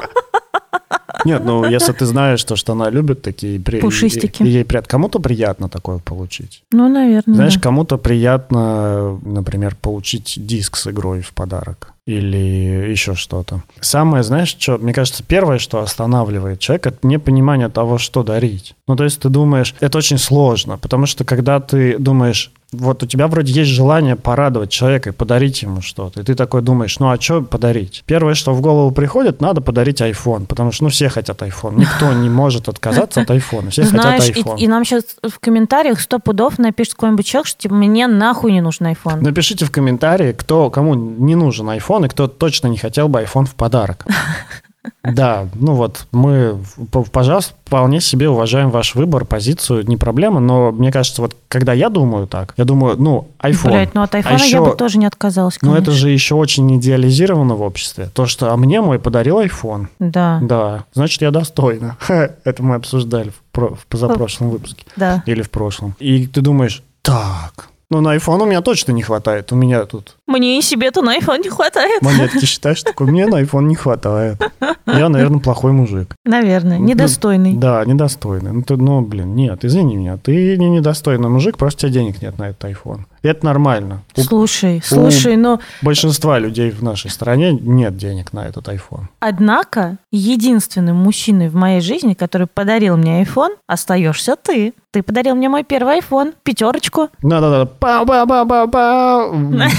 Нет, если ты знаешь, что она любит такие пушистики. Ей кому-то приятно такое получить. Наверное. Знаешь, кому-то приятно, например, получить диск с игрой в подарок. Или еще что-то. Самое, знаешь, что, мне кажется, первое, что останавливает человека, это непонимание того, что дарить. То есть ты думаешь, это очень сложно, потому что когда ты думаешь, у тебя вроде есть желание порадовать человека и подарить ему что-то, и ты такой думаешь, а что подарить? Первое, что в голову приходит, надо подарить iPhone, потому что, все хотят iPhone. Никто не может отказаться от iPhone, все хотят iPhone. И нам сейчас в комментариях 100 пудов напишет какой-нибудь человек, что мне нахуй не нужен iPhone. Напишите в комментарии, кому не нужен iPhone, и кто точно не хотел бы iPhone в подарок. Да, мы, пожалуйста, вполне себе уважаем ваш выбор, позицию, не проблема, но мне кажется, когда я думаю так, я думаю, iPhone. Блядь, от iPhone я бы тоже не отказалась, конечно. Но это же еще очень идеализировано в обществе. То, что мне мой подарил iPhone. Да. Да, значит, я достойна. Это мы обсуждали в позапрошлом выпуске. Да. Или в прошлом. И ты думаешь, так... на iPhone у меня точно не хватает. У меня тут... Мне и себе-то на iPhone не хватает. Монетки считаешь, такой, мне на iPhone не хватает. Я, наверное, плохой мужик. Наверное, недостойный. Да, недостойный. Нет, извини меня. Ты не недостойный мужик, просто у тебя денег нет на этот iPhone. И это нормально. Слушай, большинства людей в нашей стране нет денег на этот iPhone. Однако, единственным мужчиной в моей жизни, который подарил мне iPhone, остаешься ты. Ты подарил мне мой первый iPhone, 5. Да-да-да. Пау-пау-пау-пау.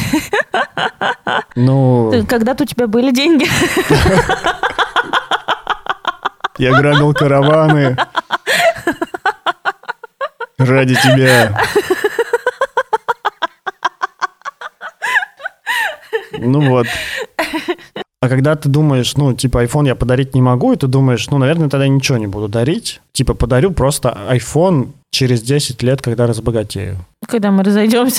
Когда-то у тебя были деньги. Я грабил караваны ради тебя. А когда ты думаешь, iPhone я подарить не могу, и ты думаешь, наверное, тогда ничего не буду дарить. Подарю просто iPhone через 10 лет, когда разбогатею. Когда мы разойдемся.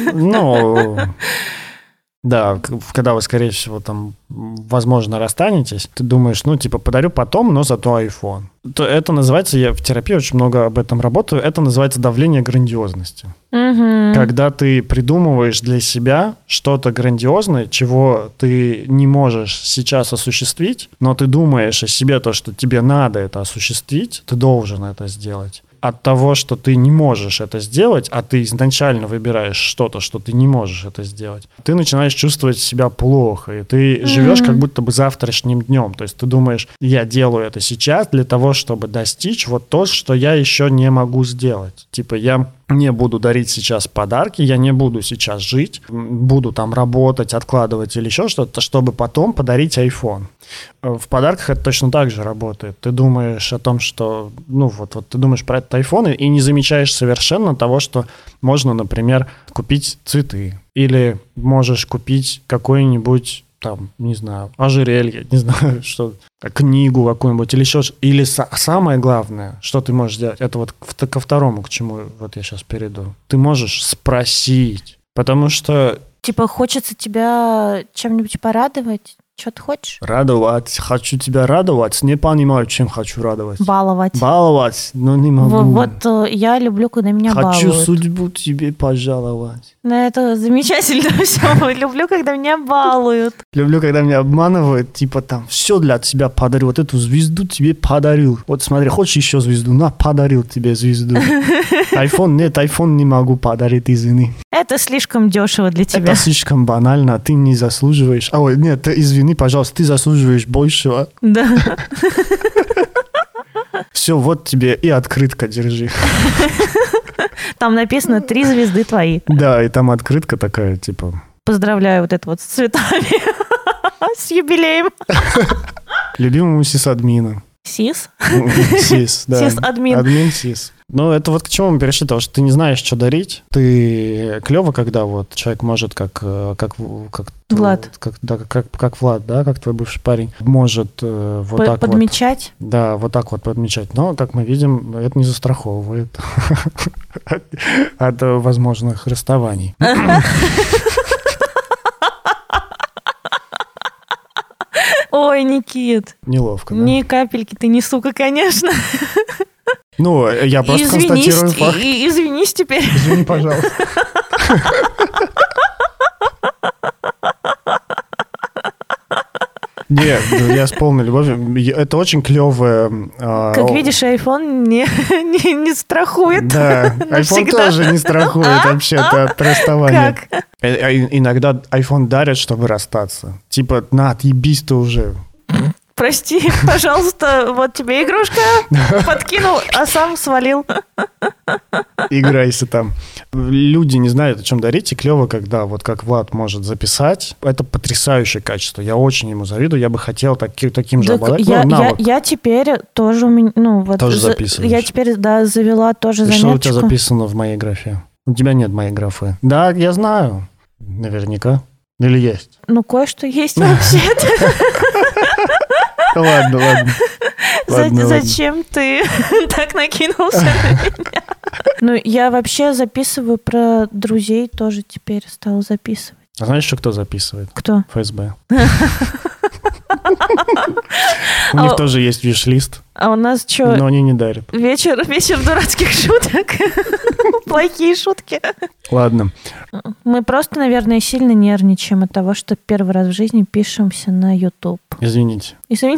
Да, когда вы, скорее всего, там, возможно, расстанетесь, ты думаешь, подарю потом, но зато iPhone. Это называется, я в терапии очень много об этом работаю, это называется давление грандиозности. Угу. Когда ты придумываешь для себя что-то грандиозное, чего ты не можешь сейчас осуществить, но ты думаешь о себе то, что тебе надо это осуществить, ты должен это сделать. От того, что ты не можешь это сделать, а ты изначально выбираешь что-то, что ты не можешь это сделать, ты начинаешь чувствовать себя плохо, и ты живешь как будто бы завтрашним днем. То есть ты думаешь, я делаю это сейчас для того, чтобы достичь то, что я еще не могу сделать. Я не буду дарить сейчас подарки, я не буду сейчас жить, буду там работать, откладывать или еще что-то, чтобы потом подарить iPhone. В подарках это точно так же работает. Ты думаешь о том, что... ты думаешь про этот iPhone и не замечаешь совершенно того, что можно, например, купить цветы. Или можешь купить какой-нибудь, не знаю, ожерелье, не знаю, что... книгу какую-нибудь или еще... Или самое главное, что ты можешь сделать, это ко второму, к чему я сейчас перейду. Ты можешь спросить, потому что... Хочется тебя чем-нибудь порадовать? Что ты хочешь? Радовать. Хочу тебя радовать. Не понимаю, чем хочу радовать. Баловать. Баловать, но не могу. Вот я люблю, когда меня Хочу балуют. судьбу тебе пожаловать. Ну, это замечательно все. Люблю, когда меня балуют. Люблю, когда меня обманывают, типа там, все для тебя подарю, вот эту звезду тебе подарил. Вот смотри, хочешь еще звезду? На, подарил тебе звезду. Айфон нет, айфон не могу подарить, извини. Это слишком дешево для тебя. Это слишком банально, ты не заслуживаешь. Ой, нет, извини, пожалуйста, ты заслуживаешь большего. Да. Все, вот тебе и открытка, держи. Там написано 3 звезды твои. Да, и там открытка такая, типа... Поздравляю вот это вот с цветами. С юбилеем. Любимому сисадмину. Сис? Сис, да. Сис-админ. Админ сис. Ну, это вот к чему мы перешли, потому что ты не знаешь, что дарить. Ты клево, когда вот человек может, как Влад. как Влад, да, как твой бывший парень, может вот так подмечать. вот. Да, вот так вот подмечать. Но, как мы видим, это не застраховывает от возможных расставаний. Ой, Никит. Неловко, да? Ни капельки ты не сука, конечно. Ну, я просто констатирую факт. Извинись теперь. Извини, пожалуйста. Нет, я с полной любовью. Это очень клевое. Как видишь, iPhone не страхует. Да, iPhone тоже не страхует вообще-то от расставания. Как? Иногда iPhone дарят, чтобы расстаться. Типа, на, отъебись ты уже. Прости, пожалуйста, вот тебе игрушка, подкинул, а сам свалил. Играйся там. Люди не знают, о чем дарить, и клево, когда вот как Влад может записать. Это потрясающее качество. Я очень ему завидую. Я бы хотел таким же обладать. Я теперь тоже у меня, ну вот. Тоже записываешь. Я теперь, да, завела тоже заметочку. Что у тебя записано в моей графе? У тебя нет моей графы. Да, я знаю. Наверняка. Или есть? Ну, кое-что есть вообще-то. Ладно. Зачем ты так накинулся на меня? Ну, я вообще записываю про друзей тоже теперь стала записывать. А знаешь, что кто записывает? Кто? ФСБ. У них тоже есть виш-лист. А у нас что? Но они не дарят. Вечер дурацких шуток. Плохие шутки. Ладно. Мы просто, наверное, сильно нервничаем от того, что первый раз в жизни пишемся на YouTube. Извините.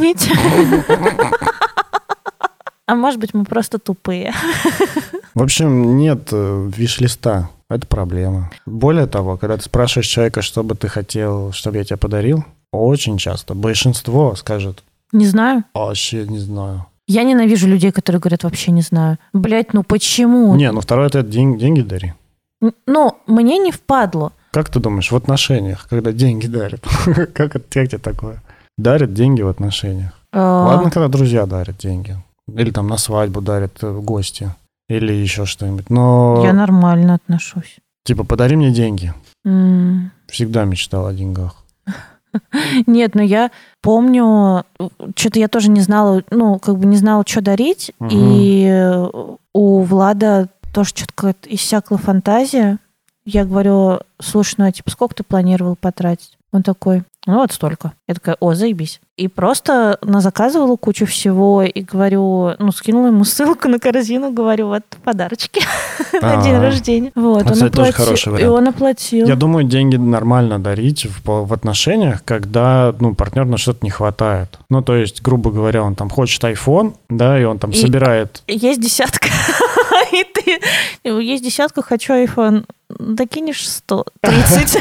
А может быть, мы просто тупые. В общем, нет виш-листа. Это проблема. Более того, когда ты спрашиваешь человека, что бы ты хотел, чтобы я тебе подарил, очень часто большинство скажет: не знаю. Вообще не знаю. Я ненавижу людей, которые говорят: вообще не знаю. Блять, ну почему? Не, ну второй ответ: деньги дари. Ну, мне не впадло. Как ты думаешь, в отношениях, когда деньги дарят? Как тебе такое? Дарят деньги в отношениях. Ладно, когда друзья дарят деньги. Или там на свадьбу дарят гости. Или еще что-нибудь. Но... Я нормально отношусь. Типа, подари мне деньги. Всегда мечтал о деньгах. Нет, но я помню, что-то я тоже не знала, ну, как бы не знала, что дарить. Угу. И у Влада тоже что-то какая-то иссякла фантазия. Я говорю: слушай, ну, а типа, сколько ты планировал потратить? Он такой: ну, вот столько. Я такая: о, заебись. И просто заказывала кучу всего, и говорю, ну, скинула ему ссылку на корзину, говорю: вот подарочки на день рождения. Вот, он оплатил. И он оплатил. Я думаю, деньги нормально дарить в отношениях, когда, ну, партнеру на что-то не хватает. Ну, то есть, грубо говоря, он там хочет iPhone, да, и он там собирает... Есть десятка, и ты... Есть десятка, хочу iPhone. Докинешь 130.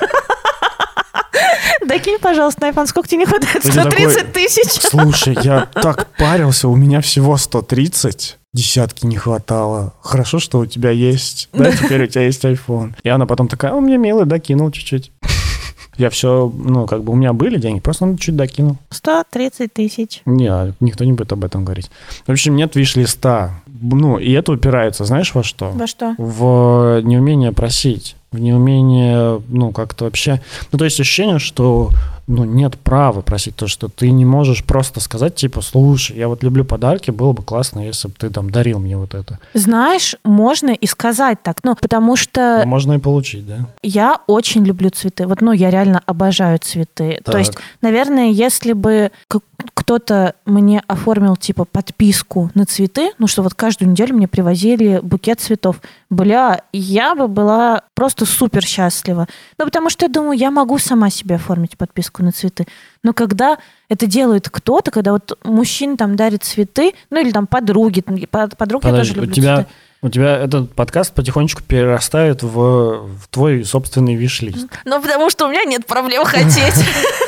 Докинь, пожалуйста, на iPhone. Сколько тебе не хватает? 130 тысяч. Слушай, я так парился, у меня всего 130. Десятки не хватало. Хорошо, что у тебя есть. Да, теперь у тебя есть iPhone. И она потом такая: у меня милый, докинул чуть-чуть. Я все, ну, как бы у меня были деньги, просто он чуть докинул. 130 тысяч. Не, никто не будет об этом говорить. В общем, нет виш-листа. Ну, и это упирается, знаешь, во что? Во что? В неумение просить. В неумение, ну, как-то вообще... Ну, то есть ощущение, что нет права просить то, что ты не можешь просто сказать, типа, слушай, я вот люблю подарки, было бы классно, если бы ты там дарил мне вот это. Знаешь, можно и сказать так, потому что... Можно и получить, да? Я очень люблю цветы. Я реально обожаю цветы. Так. То есть, наверное, если бы кто-то мне оформил, типа, подписку на цветы, что вот каждую неделю мне привозили букет цветов, я бы была просто супер счастлива. Потому что я думаю, я могу сама себе оформить подписку на цветы. Но когда это делает кто-то, когда вот мужчина там дарит цветы, или там подруги, я тоже люблю цветы. У тебя этот подкаст потихонечку перерастает в твой собственный виш-лист. Потому что у меня нет проблем хотеть.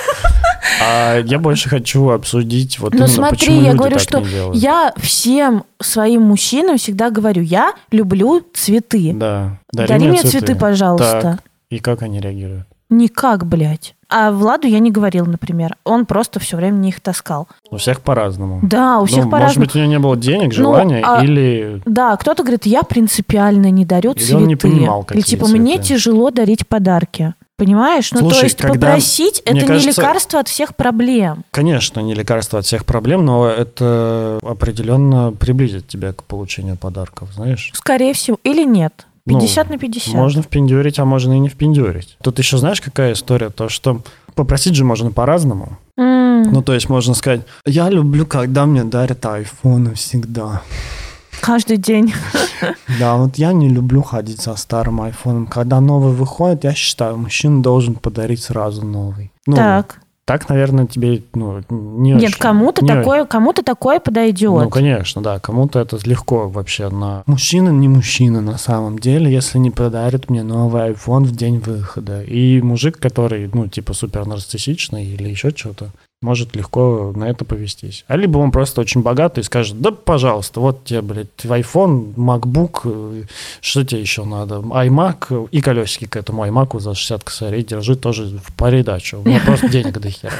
А я больше хочу обсудить вот именно, смотри, почему я люди говорю, так что не делают. Я всем своим мужчинам всегда говорю, я люблю цветы. Да. Дари мне цветы, пожалуйста. Так. И как они реагируют? Никак, блядь. А Владу я не говорила, например. Он просто все время мне их таскал. У всех по-разному. Да, у всех по-разному. Может быть, у него не было денег, желания, или... Да, кто-то говорит, я принципиально не дарю цветы. Он не понимал, какие или типа, мне тяжело дарить подарки. Понимаешь? Слушай, то есть попросить, это кажется, не лекарство от всех проблем. Конечно, не лекарство от всех проблем, но это определенно приблизит тебя к получению подарков, знаешь? Скорее всего. Или нет. 50 на 50. Можно впендюрить, а можно и не впендюрить. Тут еще знаешь, какая история? То, что попросить же можно по-разному. То есть можно сказать, я люблю, когда мне дарят айфоны всегда. Каждый день. Да, вот я не люблю ходить со старым айфоном. Когда новый выходит, я считаю, мужчина должен подарить сразу новый. Так, наверное, тебе не Нет, кому-то такое подойдет. Конечно, да. Кому-то это легко вообще. Мужчина не мужчина на самом деле, если не подарит мне новый iPhone в день выхода. И мужик, который, супер нарциссичный или еще что-то, может легко на это повестись. А либо он просто очень богатый и скажет, да, пожалуйста, вот тебе, блядь, iPhone, MacBook, что тебе еще надо? iMac и колесики к этому iMac'у за 60 косарей держи тоже в передачу. У меня просто денег до хера.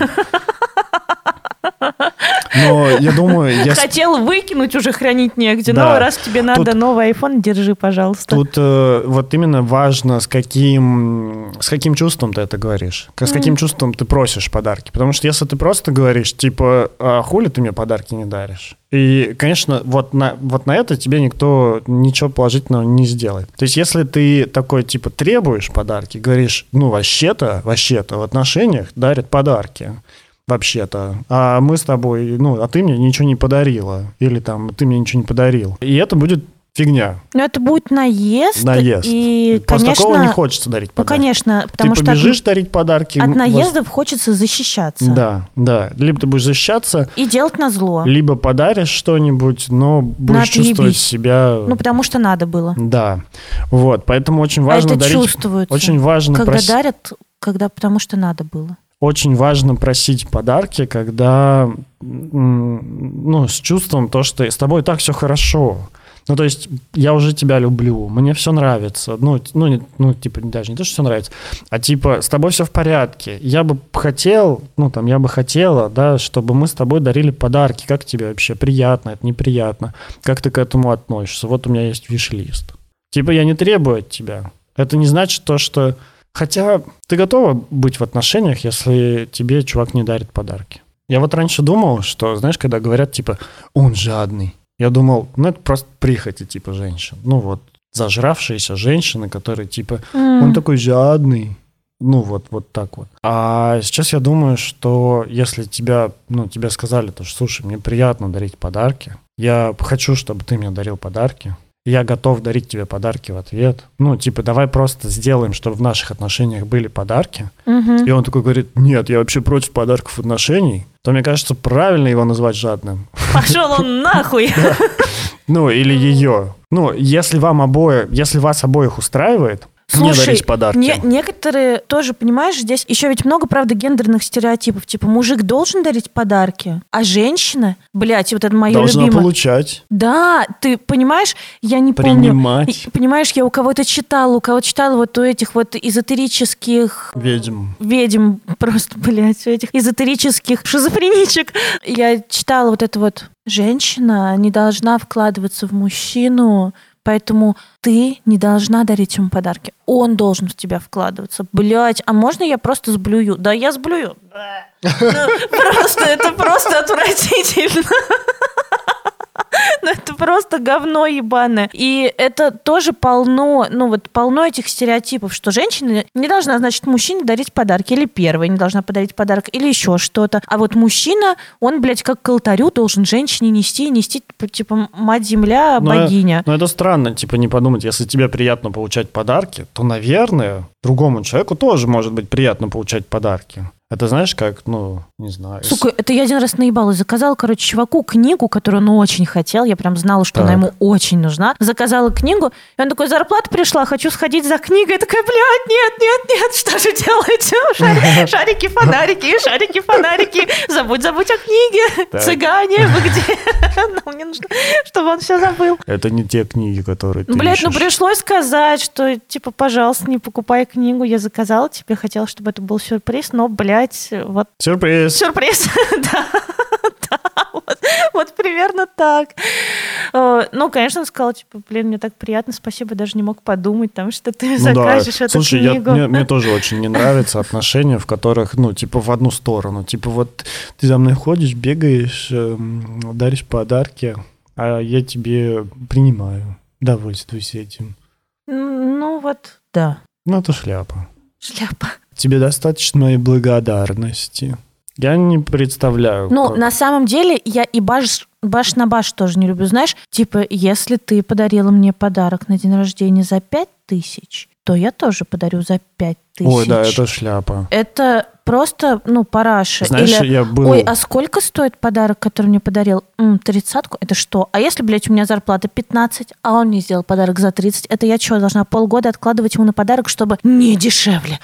Но я думаю... Хотел выкинуть, уже хранить негде. Да. Но раз тебе надо новый iPhone, держи, пожалуйста. Тут вот именно важно, с каким чувством ты это говоришь. С каким чувством ты просишь подарки. Потому что если ты просто говоришь, типа, а хули ты мне подарки не даришь? И, конечно, вот на это тебе никто ничего положительного не сделает. То есть, если ты такой, типа, требуешь подарки, говоришь, вообще-то в отношениях дарят подарки. Вообще-то. А мы с тобой, а ты мне ничего не подарила. Или там, ты мне ничего не подарил. И это будет фигня. Это будет наезд. И, после конечно, такого не хочется дарить подарки. Конечно, потому ты что... Ты побежишь дарить подарки. От наездов хочется защищаться. Да. Либо ты будешь защищаться. И делать назло. Либо подаришь что-нибудь, но будешь чувствовать себя... потому что надо было. Да. Вот, поэтому очень важно дарить... это чувствуется. Очень важно когда дарят, потому что надо было. Очень важно просить подарки, когда, с чувством то, что с тобой так все хорошо. То есть я уже тебя люблю, мне все нравится. Даже не то, что все нравится, а с тобой все в порядке. Я бы хотел, я бы хотела, да, чтобы мы с тобой дарили подарки. Как тебе вообще? Приятно, это неприятно? Как ты к этому относишься? Вот у меня есть виш-лист. Я не требую от тебя. Это не значит то, что... Хотя ты готова быть в отношениях, если тебе чувак не дарит подарки. Я вот раньше думал, что, знаешь, когда говорят, он жадный. Я думал, это просто прихоти, женщин. Зажравшиеся женщины, которые, он такой жадный. Вот так вот. А сейчас я думаю, что если тебе сказали, что, слушай, мне приятно дарить подарки, я хочу, чтобы ты мне дарил подарки, я готов дарить тебе подарки в ответ. Давай просто сделаем, чтобы в наших отношениях были подарки. И он такой говорит, нет, я вообще против подарков отношений. То, мне кажется, правильно его назвать жадным. Пошел он нахуй. Или ее. Если вас обоих устраивает, не дарить подарки. Некоторые тоже, понимаешь, здесь еще ведь много, правда, гендерных стереотипов. Мужик должен дарить подарки, а женщина, блядь, вот это мое должна любимое. Получать. Да, ты понимаешь, я не принимать. помню. Понимаешь, я у кого-то читала вот у этих вот эзотерических... Ведьм, просто, блядь, у этих эзотерических шизофреничек. Я читала вот это вот. Женщина не должна вкладываться в мужчину, Поэтому ты не должна дарить ему подарки. Он должен в тебя вкладываться. Блять, а можно я просто сблюю? Да, я сблюю. Это просто отвратительно. Ну, это просто говно ебаное. И это тоже полно этих стереотипов, что женщина не должна, значит, мужчине дарить подарки, или первая не должна подарить подарок, или еще что-то. А вот мужчина, он, блядь, как к алтарю должен женщине нести, типа, мать-земля, богиня. Но это странно, типа, не подумать, если тебе приятно получать подарки, то, наверное, другому человеку тоже может быть приятно получать подарки. Это знаешь, как, не знаю. Сука, это я один раз наебалась. Заказала, чуваку книгу, которую он очень хотел. Я прям знала, что она ему очень нужна. Заказала книгу, и он такой: зарплата пришла, хочу сходить за книгой. Я такая: блядь, нет, что же делаете? Шарики, фонарики. Забудь о книге. Так. Цыгане, вы где? Мне нужно, чтобы он все забыл. Это не те книги, которые ты блядь, ищешь. Пришлось сказать, что, типа, пожалуйста, не покупай книгу. Я заказала тебе, хотела, чтобы это был сюрприз, но, блядь, вот. Сюрприз. Да, вот примерно так. Конечно, он сказал, типа, блин, мне так приятно, спасибо, даже не мог подумать, что ты закажешь эту книгу. Мне тоже очень не нравятся отношения, в которых, в одну сторону. Типа, вот ты за мной ходишь, бегаешь, даришь подарки, а я тебе принимаю, довольствуюсь этим. Да. Это шляпа. Шляпа. Тебе достаточно моей благодарности. Я не представляю. На самом деле, я и баш на баш тоже не люблю. Знаешь, типа, если ты подарила мне подарок на день рождения за 5000, то я тоже подарю за 5000. Ой, да, это шляпа. Это просто, параша. Знаешь, я был... Ой, а сколько стоит подарок, который мне подарил? 30-ку? Это что? А если, блядь, у меня зарплата 15, а он мне сделал подарок за 30, это я что, должна полгода откладывать ему на подарок, чтобы не дешевле?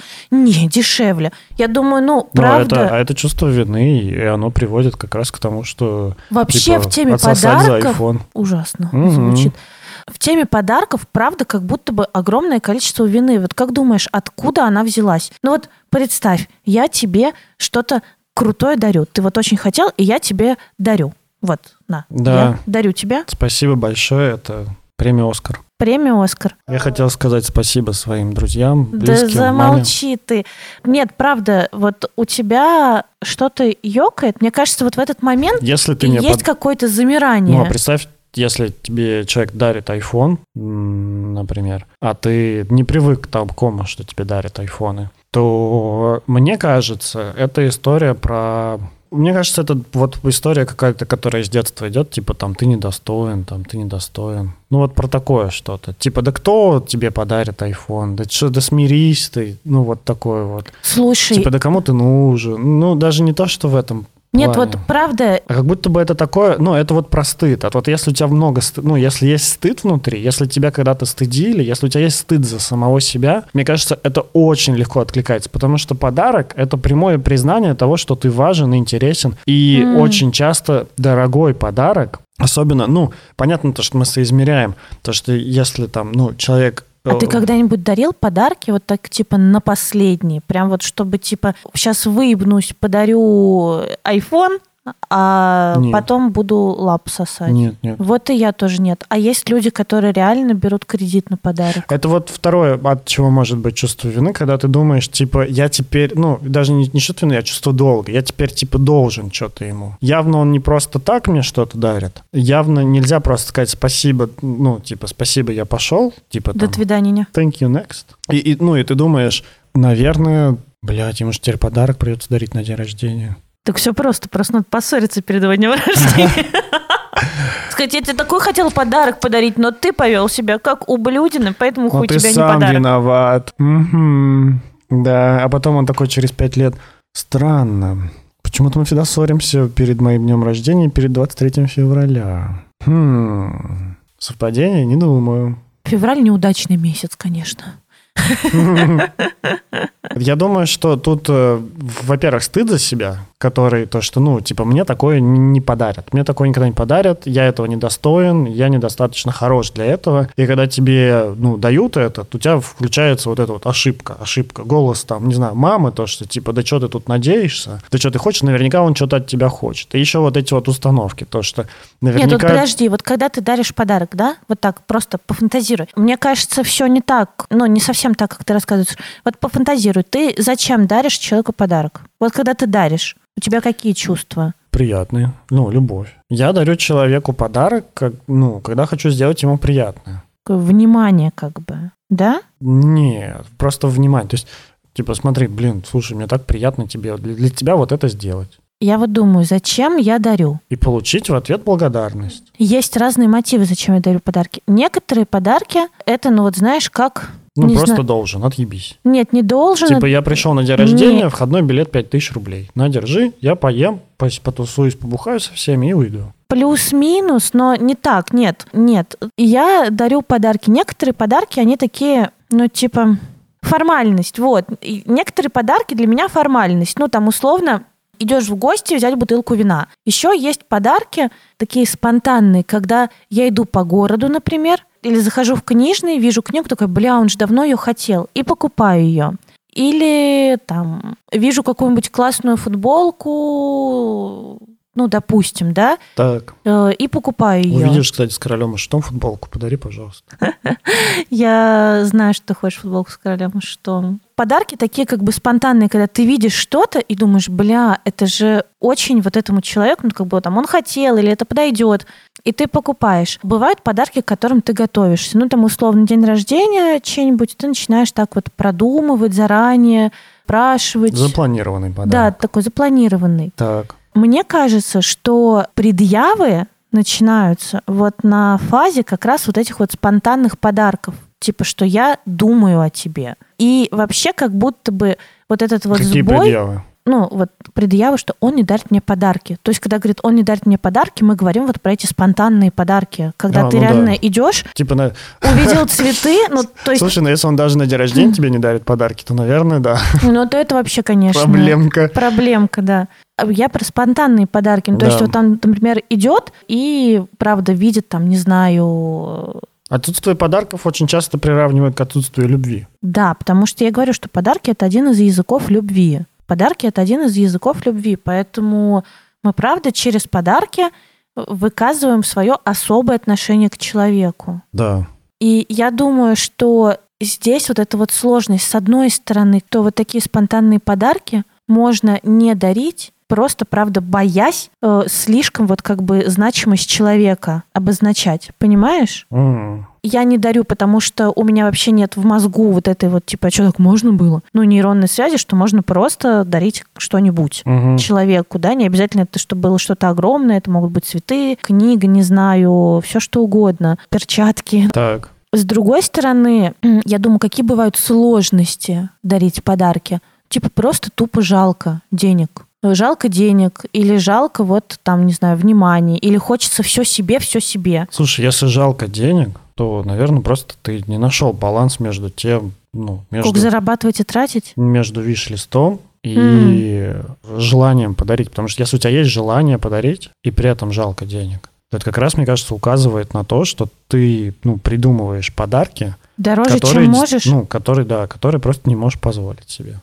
Я думаю, правда... Это чувство вины, и оно приводит как раз к тому, что... Вообще в теме подарков... Ужасно звучит. В теме подарков, правда, как будто бы огромное количество вины. Вот как думаешь, откуда она взялась? Представь, я тебе что-то крутое дарю. Ты вот очень хотел, и я тебе дарю. Вот, на. Да. Я дарю тебе. Спасибо большое, это премия «Оскар». Премия «Оскар». Я хотел сказать спасибо своим друзьям, близким, Да замолчи ты. Нет, правда, вот у тебя что-то ёкает. Мне кажется, вот в этот момент если ты есть какое-то замирание. Представь, если тебе человек дарит iPhone, например, а ты не привык к такому, что тебе дарят айфоны, то, мне кажется, это история про... Мне кажется, это вот история какая-то, которая с детства идет, типа, ты недостоин, ты недостоин. Про такое что-то. Типа, да кто тебе подарит iPhone? Да смирись ты. Вот такое вот. Слушай... Типа, да кому ты нужен? Даже не то, что в этом... Нет, вот правда... А как будто бы это такое, это вот про стыд. А вот если у тебя много если есть стыд внутри, если тебя когда-то стыдили, если у тебя есть стыд за самого себя, мне кажется, это очень легко откликается, потому что подарок — это прямое признание того, что ты важен и интересен, и очень часто дорогой подарок, особенно, понятно то, что мы соизмеряем, то, что если человек... А ты когда-нибудь дарил подарки вот так, типа, на последний? Прям вот, чтобы, типа, сейчас выебнусь, подарю iPhone, а нет. Потом буду лапу сосать. Нет. Вот и я тоже нет. А есть люди, которые реально берут кредит на подарок. Это вот второе, от чего может быть чувство вины, когда ты думаешь, типа, я теперь, даже не чувство вины, а чувство долга. Я теперь, типа, должен что-то ему. Явно он не просто так мне что-то дарит. Явно нельзя просто сказать спасибо, спасибо, я пошел. Типа, до свидания. Thank you, next. И ты думаешь, наверное, ему же теперь подарок придется дарить на день рождения. Так все просто надо поссориться перед его днем рождения. Сказать, я тебе такой хотел подарок подарить, но ты повел себя как ублюдина, поэтому хуй тебя не подарок. Ты сам виноват. Да, а потом он такой через 5 лет: странно, почему-то мы всегда ссоримся перед моим днем рождения и перед 23 февраля. Совпадение? Не думаю. Февраль неудачный месяц, конечно. Я думаю, что тут, во-первых, стыд за себя, который то, что, ну, типа, мне такое не подарят. Мне такое никогда не подарят, я этого не достоин, я недостаточно хорош для этого. И когда тебе, ну, дают это, у тебя включается вот эта вот ошибка, голос там, не знаю, мамы, то, что, типа, да что ты тут надеешься, да что ты хочешь, наверняка он что-то от тебя хочет. И еще вот эти вот установки, то, что наверняка... Нет, вот подожди, вот когда ты даришь подарок, да, вот так просто пофантазируй. Мне кажется, все не так, ну, не совсем так, как ты рассказываешь. Вот пофантазируй, ты зачем даришь человеку подарок? Вот когда ты даришь, у тебя какие чувства? Приятные. Ну, любовь. Я дарю человеку подарок, когда хочу сделать ему приятное. Внимание как бы, да? Нет, просто внимание. То есть, типа, смотри, слушай, мне так приятно тебе, для тебя вот это сделать. Я вот думаю, зачем я дарю? И получить в ответ благодарность. Есть разные мотивы, зачем я дарю подарки. Некоторые подарки, это, ну вот знаешь, как... Ну, просто должен, отъебись. Нет, не должен. Типа, я пришел на день рождения, входной билет 5000 рублей. На, держи, я поем, потусуюсь, побухаю со всеми и уйду. Плюс-минус, но не так, нет. Я дарю подарки. Некоторые подарки, они такие, ну, типа, формальность, вот. И некоторые подарки для меня формальность. Ну, там, условно, идешь в гости взять бутылку вина. Еще есть подарки такие спонтанные, когда я иду по городу, например, или захожу в книжный, вижу книгу, такой, он же давно ее хотел, и покупаю ее. Или там вижу какую-нибудь классную футболку, ну, допустим, да, так. И покупаю ее. Увидишь, кстати, с королем и шутом футболку, подари, пожалуйста. Я знаю, что ты хочешь футболку с королем и шутом. Подарки такие как бы спонтанные, когда ты видишь что-то и думаешь, это же очень вот этому человеку, ну, как бы там он хотел или это подойдет, и ты покупаешь. Бывают подарки, к которым ты готовишься. Ну, там, условно, день рождения чей-нибудь, ты начинаешь так вот продумывать заранее, спрашивать. Запланированный подарок. Да, такой запланированный. Так. Мне кажется, что предъявы начинаются вот на фазе как раз вот этих вот спонтанных подарков. Типа, что я думаю о тебе. И вообще как будто бы вот этот вот Какие сбой... предъявы? Ну, вот предъявы, что он не дарит мне подарки. То есть, когда говорит, он не дарит мне подарки, мы говорим вот про эти спонтанные подарки. Когда ты реально идешь, типа увидел цветы, ну, то есть... Слушай, если он даже на день рождения тебе не дарит подарки, то, наверное, да. Ну, то это вообще, конечно... Проблемка, да. Я про спонтанные подарки. Ну, то есть, вот там, например, идет и, правда, видит там, не знаю... Отсутствие подарков очень часто приравнивают к отсутствию любви. Да, потому что я говорю, что подарки – это один из языков любви. Подарки – это один из языков любви, поэтому мы, правда, через подарки выказываем свое особое отношение к человеку. Да. И я думаю, что здесь вот эта вот сложность. С одной стороны, то вот такие спонтанные подарки можно не дарить, просто, правда, боясь слишком вот как бы значимость человека обозначать. Понимаешь? Я не дарю, потому что у меня вообще нет в мозгу вот этой вот, типа, а что, так можно было? Ну, нейронной связи, что можно просто дарить что-нибудь человеку, да, не обязательно это, чтобы было что-то огромное, это могут быть цветы, книга, не знаю, все что угодно, перчатки. Так. С другой стороны, я думаю, какие бывают сложности дарить подарки? Типа, просто тупо жалко денег. Жалко денег, или жалко вот там, не знаю, внимания, или хочется все себе. Слушай, если жалко денег, то, наверное, просто ты не нашел баланс между тем, как зарабатывать и тратить? Между виш-листом и желанием подарить. Потому что если у тебя есть желание подарить, и при этом жалко денег, то это как раз, мне кажется, указывает на то, что ты, придумываешь подарки, дороже, чем можешь? Которые просто не можешь позволить себе.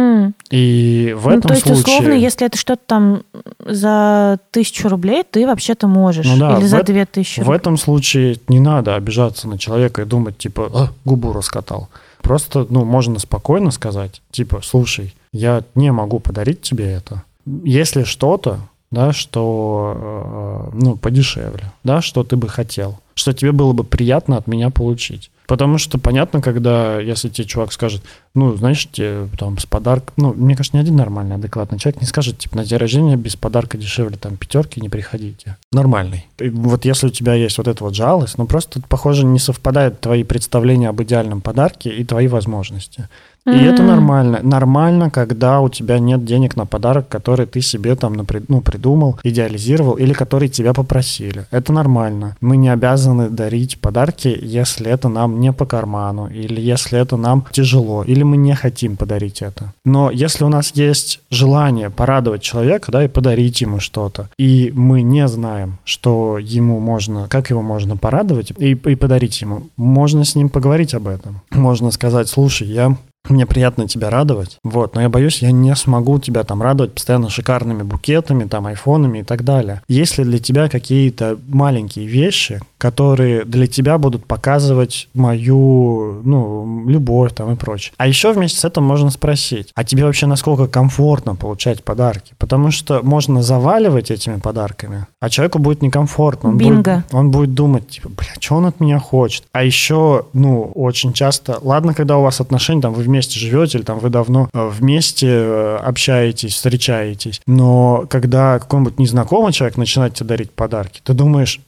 И в этом случае... То есть, условно, если это что-то там за 1000 рублей, ты вообще-то можешь. Или за 2000 рублей. В этом случае не надо обижаться на человека и думать, типа, губу раскатал. Просто, можно спокойно сказать, типа, слушай, я не могу подарить тебе это. Если что-то, да, что, подешевле, да, что ты бы хотел, что тебе было бы приятно от меня получить. Потому что понятно, если тебе чувак скажет, знаешь, тебе там с подарком, мне кажется, ни один нормальный, адекватный человек не скажет, типа, на день рождения без подарка дешевле, там, 5 не приходите. Нормальный. И вот если у тебя есть вот эта вот жалость, просто, похоже, не совпадают твои представления об идеальном подарке и твои возможности. И это нормально. Нормально, когда у тебя нет денег на подарок, который ты себе там придумал, идеализировал, или который тебя попросили. Это нормально. Мы не обязаны дарить подарки, если это нам не по карману, или если это нам тяжело, или мы не хотим подарить это. Но если у нас есть желание порадовать человека, да, и подарить ему что-то, и мы не знаем, что ему можно, как его можно порадовать и подарить ему, можно с ним поговорить об этом. Можно сказать: слушай, мне приятно тебя радовать, но я боюсь, я не смогу тебя там радовать постоянно шикарными букетами, там, айфонами и так далее. Есть ли для тебя какие-то маленькие вещи, которые для тебя будут показывать мою, любовь там и прочее? А еще вместе с этим можно спросить: а тебе вообще насколько комфортно получать подарки? Потому что можно заваливать этими подарками, а человеку будет некомфортно. Он будет думать, типа, что он от меня хочет? А еще, очень часто, ладно, когда у вас отношения, там, вы вместе живете, или там вы давно вместе общаетесь, встречаетесь, но когда какой-нибудь незнакомый человек начинает тебе дарить подарки, ты думаешь: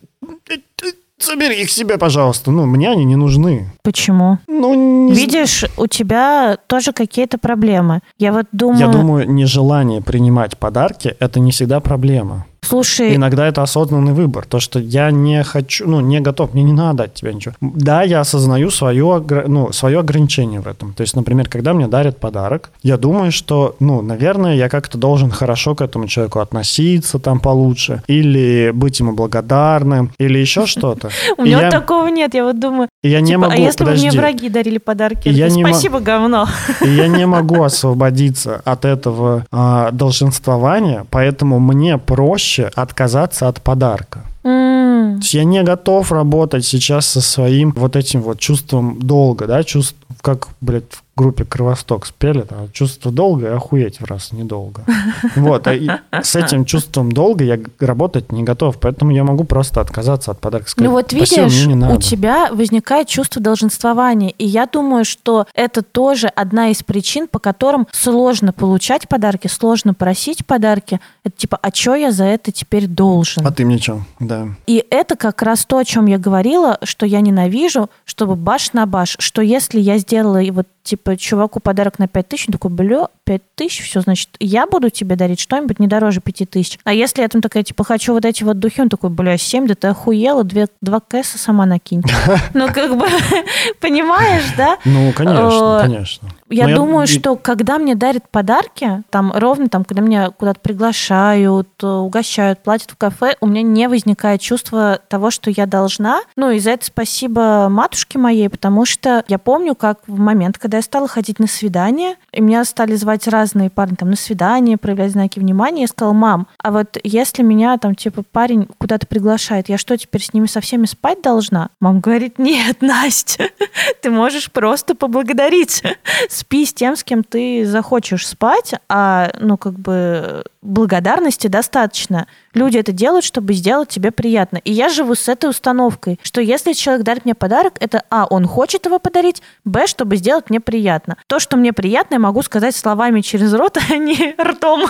забери их себе, пожалуйста, мне они не нужны. Почему? Видишь, у тебя тоже какие-то проблемы. Я думаю, нежелание принимать подарки – это не всегда проблема. Слушай... Иногда это осознанный выбор. То, что я не хочу, не готов, мне не надо от тебя ничего. Да, я осознаю свое ограничение в этом. То есть, например, когда мне дарят подарок, я думаю, что, наверное, я как-то должен хорошо к этому человеку относиться там получше, или быть ему благодарным, или еще что-то. У меня такого нет, я думаю... Я не могу... А если бы мне враги дарили подарки? Спасибо, говно. И я не могу освободиться от этого долженствования, поэтому мне проще отказаться от подарка. То есть я не готов работать сейчас со своим этим чувством долга, да, как, в группе «Кровосток» спели, чувство долга и охуеть в раз недолго. И с этим чувством долга я работать не готов, поэтому я могу просто отказаться от подарка. Сказать: видишь, у тебя возникает чувство долженствования, и я думаю, что это тоже одна из причин, по которым сложно получать подарки, сложно просить подарки. Это типа: а что я за это теперь должен? А ты мне что? Да. И это как раз то, о чем я говорила, что я ненавижу, чтобы баш на баш, что если я сделала чуваку подарок на 5000, он такой: 5000, все, значит, я буду тебе дарить что-нибудь не дороже 5000. А если я там такая, хочу эти духи, он такой: 7, да ты охуела, 2 кэса сама накинь. Понимаешь, да? Конечно. Я думаю, что когда мне дарят подарки, когда меня куда-то приглашают, угощают, платят в кафе, у меня не возникает чувства того, что я должна. И за это спасибо матушке моей, потому что я помню, как в момент, когда я стала ходить на свидания, и меня стали звать разные парни на свидание, проявлять знаки внимания, я сказала: мам, а если меня парень куда-то приглашает, я что, теперь с ними со всеми спать должна? Мама говорит: нет, Настя, ты можешь просто поблагодарить. Спи с тем, с кем ты захочешь спать, а, благодарности достаточно. Люди это делают, чтобы сделать тебе приятно. И я живу с этой установкой, что если человек дарит мне подарок, это он хочет его подарить, чтобы сделать мне приятно. То, что мне приятно, я могу сказать словами через рот, а не ртом.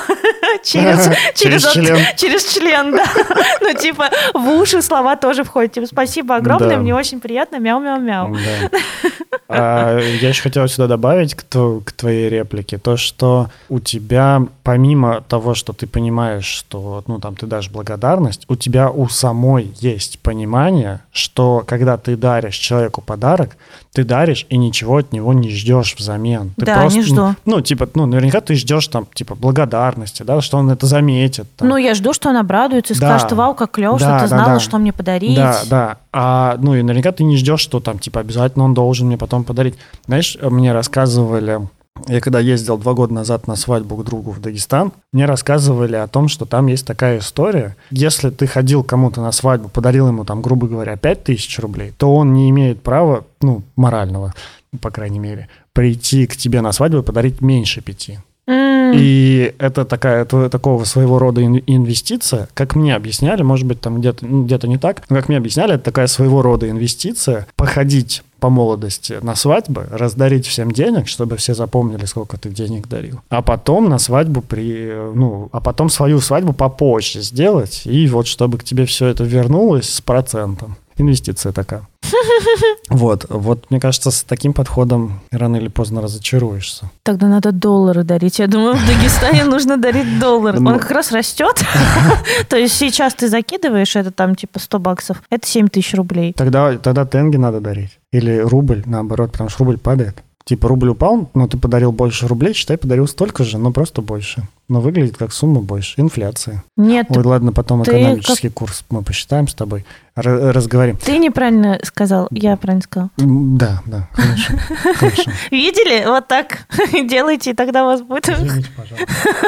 Через член, да. В уши слова тоже входят. Спасибо огромное, мне очень приятно, мяу-мяу-мяу. Я еще хотела сюда добавить к твоей реплике то, что у тебя, помимо того, что ты понимаешь, что ты дашь благодарность, у тебя у самой есть понимание, что когда ты даришь человеку подарок, ты даришь и ничего от него не ждешь взамен. Ты просто, не жду. Наверняка ты ждешь благодарности, да, что он это заметит. Я жду, что он обрадуется и скажет: вау, как клево, что ты знала, что мне подарить. Да. И наверняка ты не ждешь, что обязательно он должен мне потом подарить. Знаешь, мне рассказывали... Я когда ездил 2 года назад на свадьбу к другу в Дагестан, мне рассказывали о том, что там есть такая история. Если ты ходил кому-то на свадьбу, подарил ему, грубо говоря, 5000 рублей, то он не имеет права, морального, по крайней мере, прийти к тебе на свадьбу и подарить меньше 5. И это такого своего рода инвестиция, как мне объясняли, может быть, там где-то не так, но как мне объясняли, это такая своего рода инвестиция, походить по молодости на свадьбы, раздарить всем денег, чтобы все запомнили, сколько ты денег дарил, а потом на свадьбу потом свою свадьбу попозже сделать, и чтобы к тебе все это вернулось с процентом. Инвестиция такая. Вот, мне кажется, с таким подходом рано или поздно разочаруешься. Тогда надо доллары дарить. Я думаю, в Дагестане нужно дарить доллар. Он как раз растет. То есть сейчас ты закидываешь, это там типа $100, это 7 тысяч рублей. Тогда тенге надо дарить. Или рубль, наоборот, потому что рубль падает. Типа рубль упал, но ты подарил больше рублей, считай, подарил столько же, но просто больше. Но выглядит как сумма больше. Инфляция. Нет. Ой, ладно, потом экономический курс мы посчитаем с тобой, разговорим. Ты неправильно сказал, я правильно сказал. Да, хорошо. Видели? Вот так делайте, и тогда у вас будет... Извините, пожалуйста.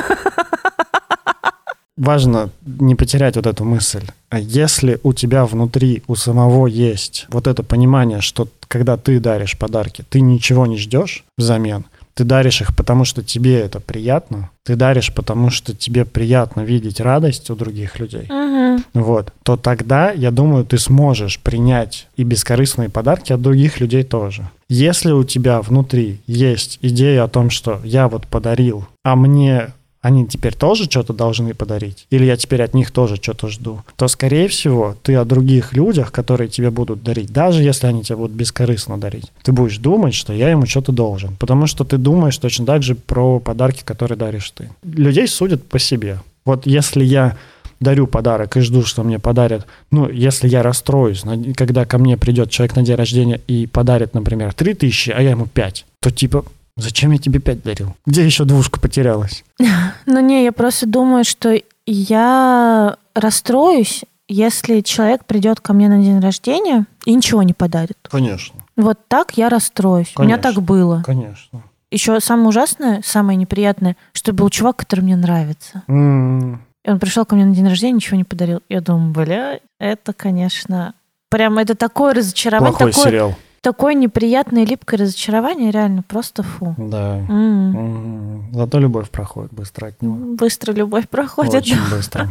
Важно не потерять вот эту мысль. Если у тебя внутри, у самого есть вот это понимание, что когда ты даришь подарки, ты ничего не ждешь взамен, ты даришь их, потому что тебе это приятно, ты даришь, потому что тебе приятно видеть радость у других людей, вот, то тогда, я думаю, ты сможешь принять и бескорыстные подарки от других людей тоже. Если у тебя внутри есть идея о том, что я вот подарил, а мне... они теперь тоже что-то должны подарить, или я теперь от них тоже что-то жду, то, скорее всего, ты о других людях, которые тебе будут дарить, даже если они тебе будут бескорыстно дарить, ты будешь думать, что я ему что-то должен, потому что ты думаешь точно так же про подарки, которые даришь ты. Людей судят по себе. Вот если я дарю подарок и жду, что мне подарят, если я расстроюсь, когда ко мне придет человек на день рождения и подарит, например, 3000, а я ему 5, то типа... зачем я тебе 5 дарил? Где еще 2 потерялась? Я просто думаю, что я расстроюсь, если человек придет ко мне на день рождения и ничего не подарит. Конечно. Вот так я расстроюсь. Конечно. У меня так было. Конечно. Еще самое ужасное, самое неприятное, что был чувак, который мне нравится. И он пришел ко мне на день рождения, ничего не подарил. Я думаю, это, конечно... Прям это такое разочарование. Плохой сериал. Такое неприятное, липкое разочарование, реально просто фу. Да. Зато любовь проходит быстро от него. Быстро любовь проходит. Очень быстро.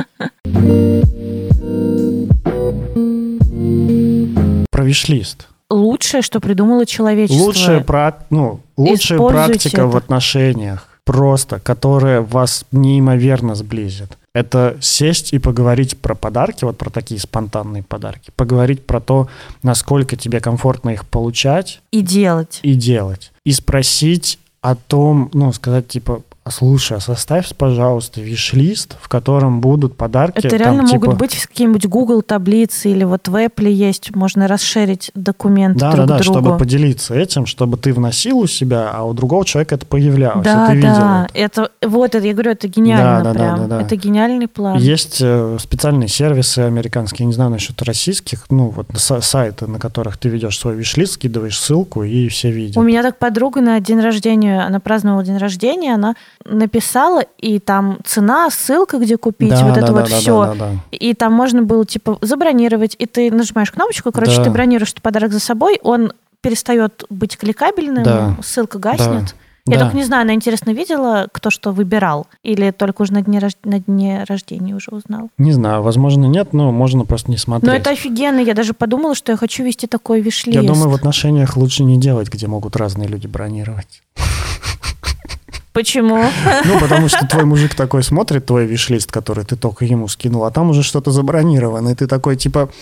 Про виш-лист. Лучшее, что придумало человечество. Лучшая практика в отношениях, просто, которая вас неимоверно сблизит. Это сесть и поговорить про подарки, вот про такие спонтанные подарки, поговорить про то, насколько тебе комфортно их получать. И делать. И спросить о том, сказать типа, слушай, составь, пожалуйста, виш-лист, в котором будут подарки. Это реально могут быть какие-нибудь Google таблицы или вот в Apple есть, можно расширить документы друг к другу. Чтобы поделиться этим, чтобы ты вносил у себя, а у другого человека это появлялось, и ты видел это. Я говорю, это гениально прям. Да. Это гениальный план. Есть специальные сервисы американские, я не знаю насчет российских, сайты, на которых ты ведешь свой виш-лист, скидываешь ссылку, и все видят. У меня так подруга на день рождения, она праздновала день рождения, она написала, и там цена, ссылка, где купить, все. Да. И там можно было, забронировать, и ты нажимаешь кнопочку, ты бронируешь подарок за собой, он перестает быть кликабельным, ссылка гаснет. Я только не знаю, она, интересно, видела, кто что выбирал? Или только уже на дне рождения уже узнал? Не знаю, возможно, нет, но можно просто не смотреть. Но это офигенно. Я даже подумала, что я хочу вести такой виш-лист. Я думаю, в отношениях лучше не делать, где могут разные люди бронировать. Почему? Потому что твой мужик такой смотрит твой виш-лист, который ты только ему скинул, а там уже что-то забронировано, и ты такой,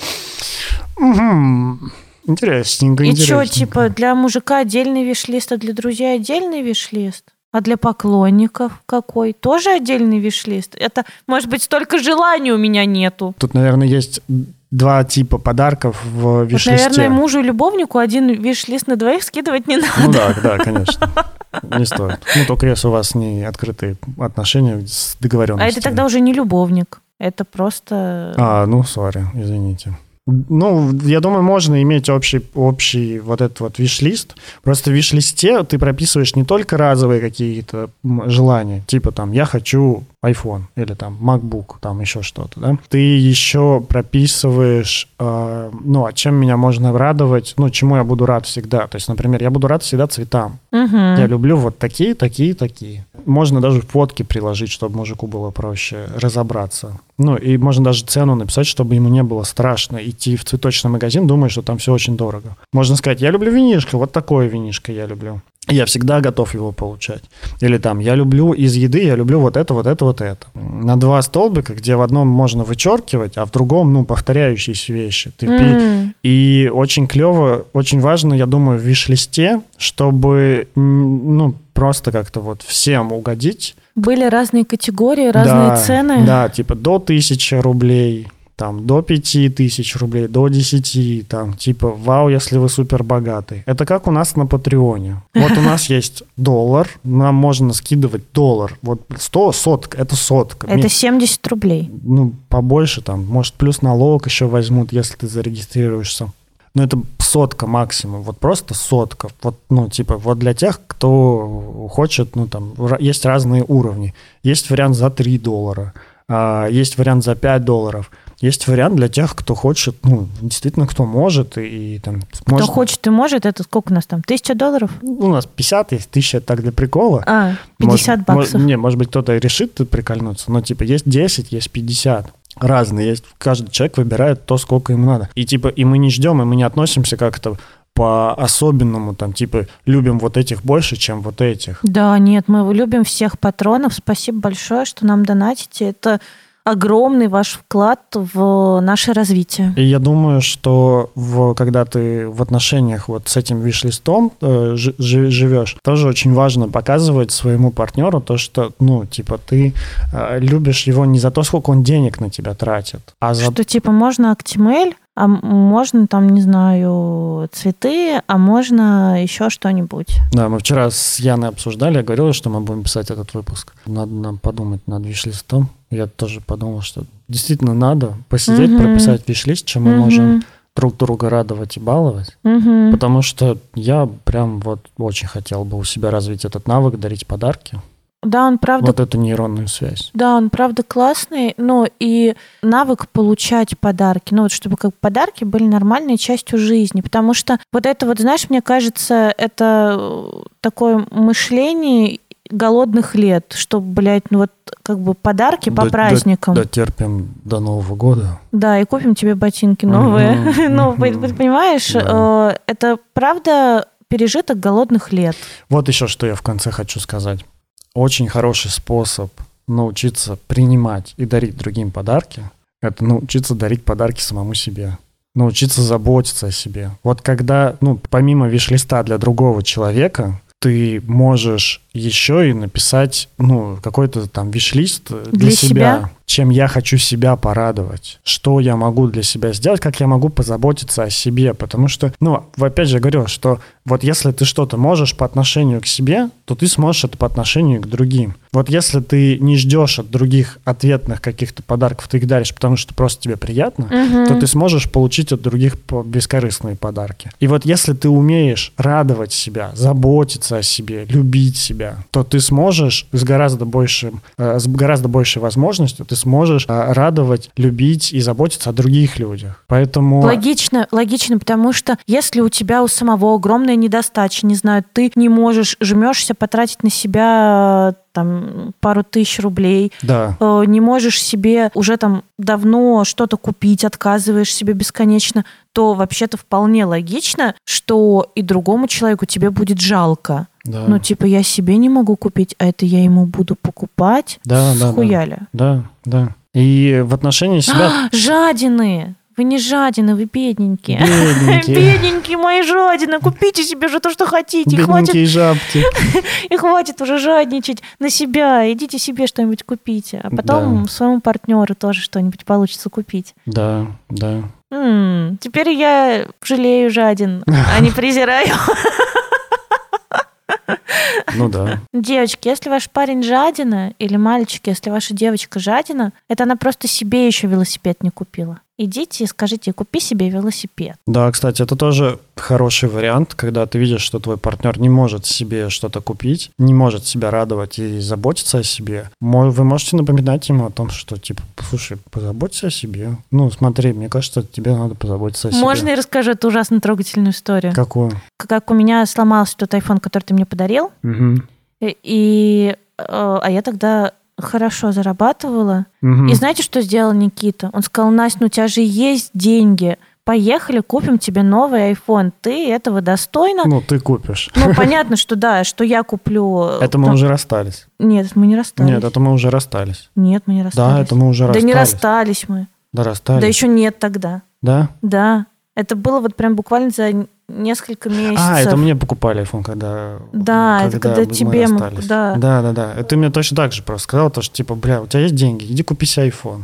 интересненько. И что, для мужика отдельный виш-лист, а для друзей отдельный виш-лист? А для поклонников какой? Тоже отдельный виш-лист? Это, может быть, столько желаний у меня нету. Тут, наверное, есть 2 типа подарков в виш-листе. Наверное, мужу и любовнику один виш-лист на 2 скидывать не надо. Да, конечно. Не стоит. Только если у вас не открытые отношения с договоренностью. А это тогда уже не любовник. Это просто... сори, извините. Я думаю, можно иметь общий вот этот вот виш-лист. Просто в виш-листе ты прописываешь не только разовые какие-то желания, типа я хочу iPhone или MacBook, еще что-то, да. Ты еще прописываешь, чем меня можно радовать, чему я буду рад всегда. То есть, например, я буду рад всегда цветам. Я люблю вот такие. Можно даже фотки приложить, чтобы мужику было проще разобраться. И можно даже цену написать, чтобы ему не было страшно идти в цветочный магазин, думая, что там все очень дорого. Можно сказать, я люблю винишко, вот такое винишко я люблю. я всегда готов его получать. Или там, я люблю из еды, я люблю вот это, вот это, вот это. На 2 столбика, где в одном можно вычеркивать, а в другом, повторяющиеся вещи. И очень клево, очень важно, я думаю, в виш-листе, чтобы, просто как-то вот всем угодить. Были разные категории, разные цены. Да, типа до 1000 рублей, там, до 5000 рублей, до 10, там, типа, вау, если вы супер богатый. Это как у нас на Патреоне. Вот у нас есть $1, нам можно скидывать $1. Вот 100, сотка, это сотка. Это 70 рублей. Побольше там, может, плюс налог еще возьмут, если ты зарегистрируешься. Это сотка максимум, вот просто сотка. Вот, вот для тех, кто хочет, есть разные уровни. Есть вариант за $3, есть вариант за $5. Есть вариант для тех, кто хочет, действительно, кто может. И там, кто хочет и может, это сколько у нас там, $1000? У нас 50 есть, 1000 так для прикола. $50. Может быть, кто-то решит прикольнуться, но есть 10, есть 50. Разные есть. Каждый человек выбирает то, сколько ему надо. И мы не ждем, и мы не относимся как-то по-особенному, любим вот этих больше, чем вот этих. Да, нет, мы любим всех патронов. Спасибо большое, что нам донатите. Это огромный ваш вклад в наше развитие. И я думаю, что когда ты в отношениях вот с этим виш-листом живешь, тоже очень важно показывать своему партнеру то, что, ты любишь его не за то, сколько он денег на тебя тратит, а за... Что, можно Актимель, а можно там, не знаю, цветы, а можно еще что-нибудь. Да, мы вчера с Яной обсуждали, я говорила, что мы будем писать этот выпуск. Надо нам подумать над виш-листом. Я тоже подумал, что действительно надо посидеть, прописать виш-лист, чем мы можем друг друга радовать и баловать. Потому что я прям очень хотел бы у себя развить этот навык, дарить подарки. Да, он правда... Вот эту нейронную связь. Да, он правда классный, и навык получать подарки, чтобы подарки были нормальной частью жизни, потому что это знаешь, мне кажется, это такое мышление голодных лет, что, подарки по праздникам. Дотерпим до Нового года. Да, и купим тебе ботинки новые. Ты понимаешь, это правда пережиток голодных лет. Вот еще что я в конце хочу сказать. Очень хороший способ научиться принимать и дарить другим подарки – это научиться дарить подарки самому себе. Научиться заботиться о себе. Вот когда, помимо виш-листа для другого человека, ты можешь еще и написать, какой-то там виш-лист для себя. Чем я хочу себя порадовать, что я могу для себя сделать, как я могу позаботиться о себе. Потому что, опять же говорю, что вот если ты что-то можешь по отношению к себе, то ты сможешь это по отношению к другим. Вот если ты не ждешь от других ответных каких-то подарков, ты их даришь, потому что просто тебе приятно, то ты сможешь получить от других бескорыстные подарки. И вот если ты умеешь радовать себя, заботиться о себе, любить себя, то ты сможешь с гораздо большей возможностью, ты сможешь радовать, любить и заботиться о других людях. Поэтому... Логично, потому что если у тебя у самого огромная недостача, не знаю, ты не можешь, жмешься потратить на себя пару тысяч рублей, да. Не можешь себе уже давно что-то купить, отказываешь себе бесконечно, то вообще-то вполне логично, что и другому человеку тебе будет жалко. Да. Я себе не могу купить, а это я ему буду покупать. Да, схуяли. Да. И в отношении себя... Жадины! Вы не жадины, вы бедненькие. Бедненькие мои жадины. Купите себе же то, что хотите. Бедненькие жабки. И хватит уже жадничать на себя. Идите себе что-нибудь купите. А потом своему партнеру тоже что-нибудь получится купить. Да. Теперь я жалею жадин, а не презираю. Да. Девочки, если ваш парень жадина, или мальчики, если ваша девочка жадина, это она просто себе еще велосипед не купила. Идите и скажите, купи себе велосипед. Да, кстати, это тоже хороший вариант, когда ты видишь, что твой партнер не может себе что-то купить, не может себя радовать и заботиться о себе. Вы можете напоминать ему о том, что, слушай, позаботься о себе. Смотри, мне кажется, тебе надо позаботиться о себе. Можно я расскажу эту ужасно трогательную историю? Какую? Как у меня сломался тот iPhone, который ты мне подарил, а я тогда... хорошо зарабатывала. И знаете, что сделал Никита? Он сказал: Настя, у тебя же есть деньги, поехали, купим тебе новый iPhone. Ты этого достойна. Ну, ты купишь. Ну, понятно, что да, что я куплю. Это мы уже расстались. Нет, мы не расстались. Нет, это мы уже расстались. Нет, мы не расстались. Да, это мы уже расстались. Да не расстались мы. Да, расстались. Да еще нет тогда. Да? Да. Это было вот прям буквально за несколько месяцев. Это мне покупали iPhone, когда... Да, это когда тебе... Да. Да. Это ты мне точно так же просто сказал, то, что типа, бля, у тебя есть деньги, иди купи себе iPhone.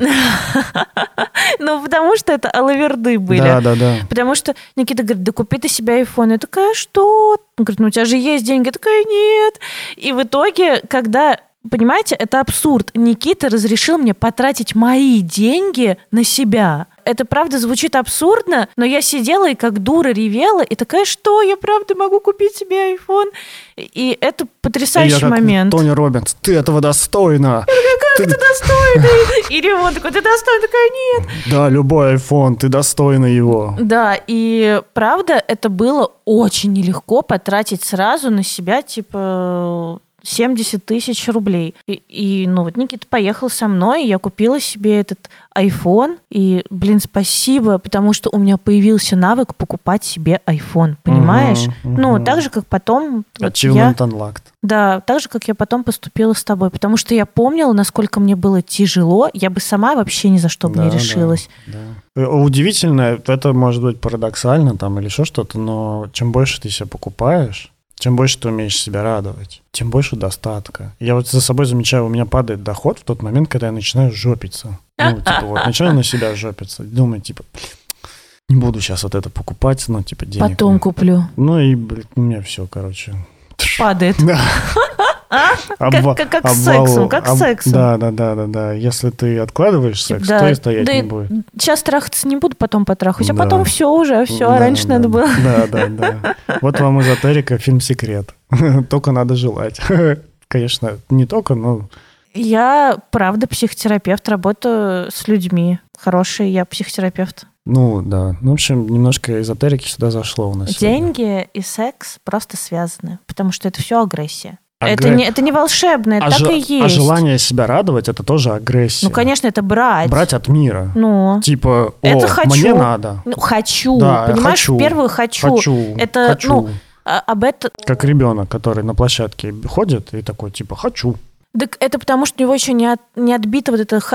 Ну, потому что это алаверды были. Да. Потому что Никита говорит, да купи ты себе iPhone. Я такая, что? Он говорит, ну у тебя же есть деньги. Я такая, нет. И в итоге, когда... Понимаете, это абсурд. Никита разрешил мне потратить мои деньги на себя. Это правда звучит абсурдно, но я сидела и как дура ревела, и такая, что, я правда могу купить себе iPhone? И это потрясающий момент. Тони Роббинс, ты этого достойна. Как ты достойна? Или он такой, ты достойна? Такая, нет. Да, любой iPhone, ты достойна его. Да, и правда, это было очень нелегко потратить сразу на себя, типа... 70 тысяч рублей. И ну вот Никита поехал со мной, и я купила себе этот iPhone. И, спасибо, потому что у меня появился навык покупать себе iPhone, понимаешь? Ну, так же, как потом... Achievement unlocked. Да, так же, как я потом поступила с тобой. Потому что я помнила, насколько мне было тяжело. Я бы сама вообще ни за что бы не решилась. Да. Удивительно, это может быть парадоксально там или еще что-то, но чем больше ты себе покупаешь, чем больше ты умеешь себя радовать, тем больше достатка. Я вот за собой замечаю, у меня падает доход в тот момент, когда я начинаю жопиться. Ну, типа, вот, начинаю на себя жопиться. Думаю, типа, не буду сейчас вот это покупать, ну, типа, денег. Потом куплю. Ну, и, у меня все, короче. Падает. Да. Как с сексом, как с сексом. Да. Если ты откладываешь секс, то и стоять не будет. Сейчас трахаться не буду, потом потрахаюсь, а потом все, а раньше надо было. Да. Вот вам эзотерика, фильм «Секрет». Только надо желать. Конечно, не только, но... Я, правда, психотерапевт, работаю с людьми. Хороший я психотерапевт. Ну, да. Ну, в общем, немножко эзотерики сюда зашло у нас. Деньги и секс просто связаны, потому что это все агрессия. Это не волшебно, это так и есть. А желание себя радовать — это тоже агрессия. Ну, конечно, это брать. Брать от мира. Ну. Типа, это хочу. Мне надо. Ну, хочу. Да, понимаешь, хочу. Первое хочу. Это, хочу. Ну, об этом... Как ребенок, который на площадке ходит и такой, типа, хочу. Так это потому, что у него еще не отбита вот эта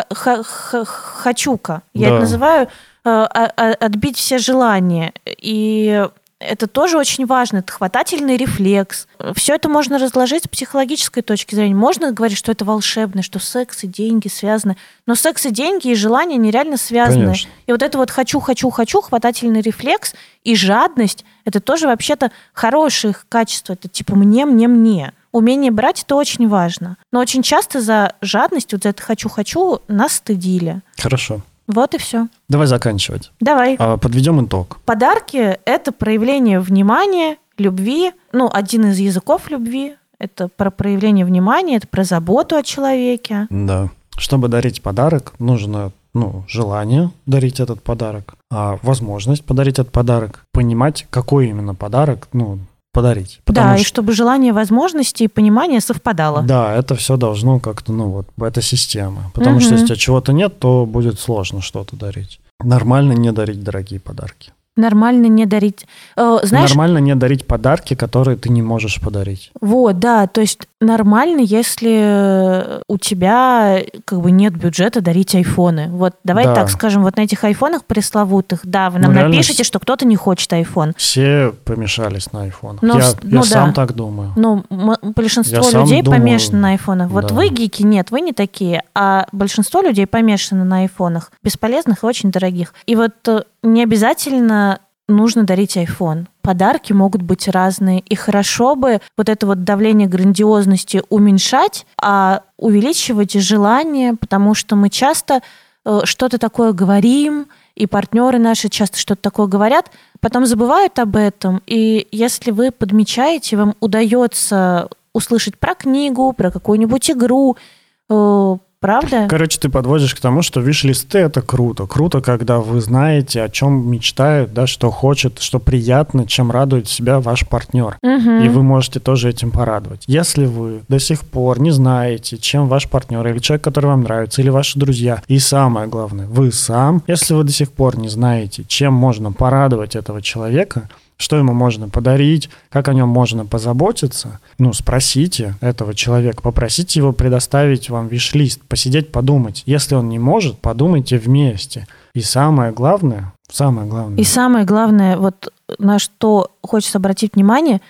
хочука. Я это называю отбить все желания. И это тоже очень важно. Это хватательный рефлекс. Все это можно разложить с психологической точки зрения. Можно говорить, что это волшебно, что секс и деньги связаны. Но секс и деньги и желания нереально связаны. Конечно. И вот это вот хочу, хватательный рефлекс и жадность, это тоже вообще-то хорошие качества. Это типа мне. Умение брать — это очень важно. Но очень часто за жадность, вот за это хочу, нас стыдили. Хорошо. Вот и все. Давай заканчивать. Давай. Подведем итог. Подарки — это проявление внимания, любви. Ну, один из языков любви. Это про проявление внимания, это про заботу о человеке. Да. Чтобы дарить подарок, нужно желание дарить этот подарок, возможность подарить этот подарок, понимать, какой именно подарок, подарить. Да, и чтобы желание, возможности и понимание совпадало. Да, это все должно как-то, это система. Потому что если у тебя чего-то нет, то будет сложно что-то дарить. Нормально не дарить дорогие подарки. Нормально не дарить... Нормально не дарить подарки, которые ты не можешь подарить. Вот, да, то есть нормально, если у тебя нет бюджета дарить айфоны. Вот давай так скажем, вот на этих айфонах пресловутых, да, вы нам напишите, что кто-то не хочет айфон. Все помешались на айфонах. Я сам так думаю. Большинство людей помешано на айфонах. Вот вы гики, нет, вы не такие, а большинство людей помешано на айфонах, бесполезных и очень дорогих. И вот не обязательно нужно дарить iPhone. Подарки могут быть разные, и хорошо бы вот это вот давление грандиозности уменьшать, а увеличивать желание, потому что мы часто что-то такое говорим, и партнеры наши часто что-то такое говорят, потом забывают об этом, и если вы подмечаете, вам удается услышать про книгу, про какую-нибудь игру, Правда? Короче, ты подводишь к тому, что виш-листы — это круто. Круто, когда вы знаете, о чем мечтают, да, что хочет, что приятно, чем радует себя ваш партнер. И вы можете тоже этим порадовать. Если вы до сих пор не знаете, чем ваш партнер или человек, который вам нравится, или ваши друзья, и самое главное, вы сам, если вы до сих пор не знаете, чем можно порадовать этого человека, что ему можно подарить, как о нем можно позаботиться, спросите этого человека, попросите его предоставить вам виш-лист, посидеть, подумать. Если он не может, подумайте вместе. И самое главное... И самое главное, вот на что хочется обратить внимание,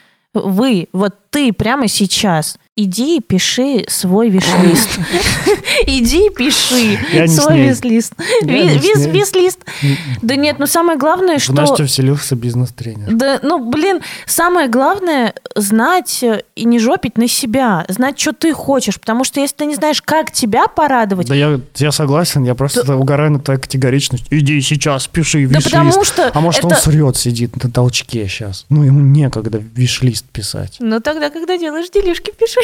ты прямо сейчас иди и пиши свой виш-лист. Иди и пиши свой виш-лист. Виш-лист. Да нет, самое главное, что... В Настю вселился бизнес-тренер. Да, самое главное знать и не жопить на себя, знать, что ты хочешь, потому что если ты не знаешь, как тебя порадовать... Да я согласен, я просто угораю на твою категоричность. Иди сейчас, пиши виш-лист. Да потому что... А может, он срет, сидит на толчке сейчас. Ему некогда виш-лист писать. Тогда, когда делаешь делишки, пиши.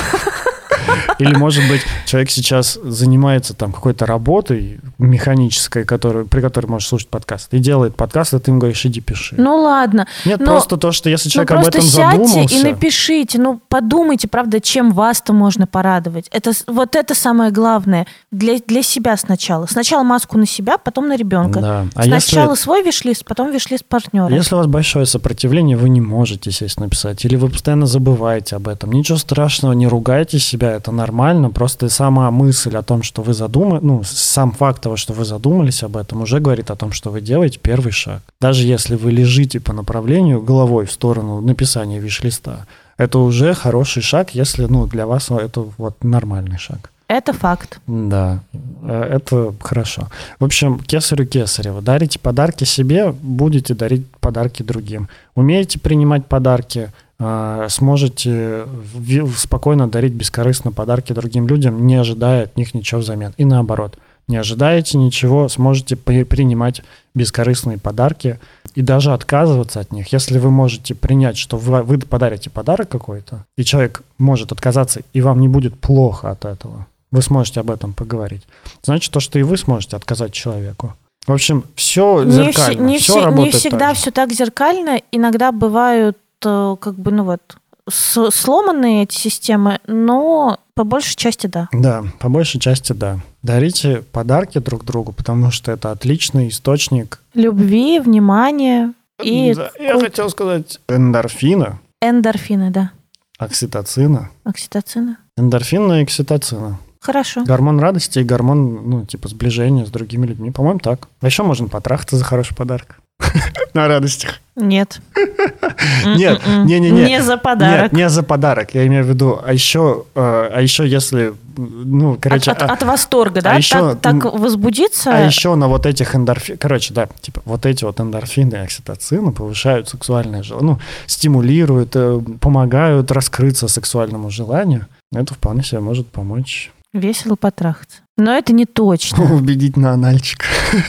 Или, может быть, человек сейчас занимается там какой-то работой механической, при которой можешь слушать подкаст, и делает подкаст, а ты ему говоришь, иди пиши. Ладно. Нет, просто то, что если человек об этом задумался... Просто сядьте и напишите, подумайте, правда, чем вас-то можно порадовать. Это самое главное для себя сначала. Сначала маску на себя, потом на ребенка. Да. Сначала свой виш-лист, потом виш-лист партнера. Если у вас большое сопротивление, вы не можете сесть написать, или вы постоянно забываете об этом. Ничего страшного, не ругайте себя, это нормально, просто сама мысль о том, что вы сам факт того, что вы задумались об этом, уже говорит о том, что вы делаете первый шаг. Даже если вы лежите по направлению головой в сторону написания виш-листа, это уже хороший шаг, если для вас это нормальный шаг. Это факт. Да, это хорошо. В общем, кесарю кесарево. Дарите подарки себе, будете дарить подарки другим. Умеете принимать подарки, сможете спокойно дарить бескорыстно подарки другим людям, не ожидая от них ничего взамен. И наоборот, не ожидаете ничего, сможете принимать бескорыстные подарки и даже отказываться от них. Если вы можете принять, что вы подарите подарок какой-то, и человек может отказаться, и вам не будет плохо от этого, вы сможете об этом поговорить. Значит, то, что и вы сможете отказать человеку. В общем, все зеркально, все работает. Не всегда так. Все так зеркально. Иногда бывают сломанные эти системы, но по большей части да. Да, по большей части да. Дарите подарки друг другу, потому что это отличный источник любви, внимания и... Да, я хотел сказать эндорфина. Эндорфины, да. Окситоцина. Эндорфина и окситоцина. Хорошо. Гормон радости и гормон, сближения с другими людьми. По-моему, так. А еще можно потрахаться за хороший подарок. На радостях. Нет. Нет, не за подарок. Нет, не за подарок. Я имею в виду, а еще если, От восторга, да? Так возбудиться. А еще на этих эндорфинах, эти эндорфины и окситоцины повышают сексуальное желание, стимулируют, помогают раскрыться сексуальному желанию. Это вполне себе может помочь. Весело потрахаться. Но это не точно. Убедить на анальчик.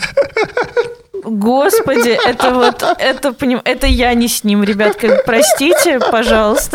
Господи, это я не с ним, ребятка. Простите, пожалуйста.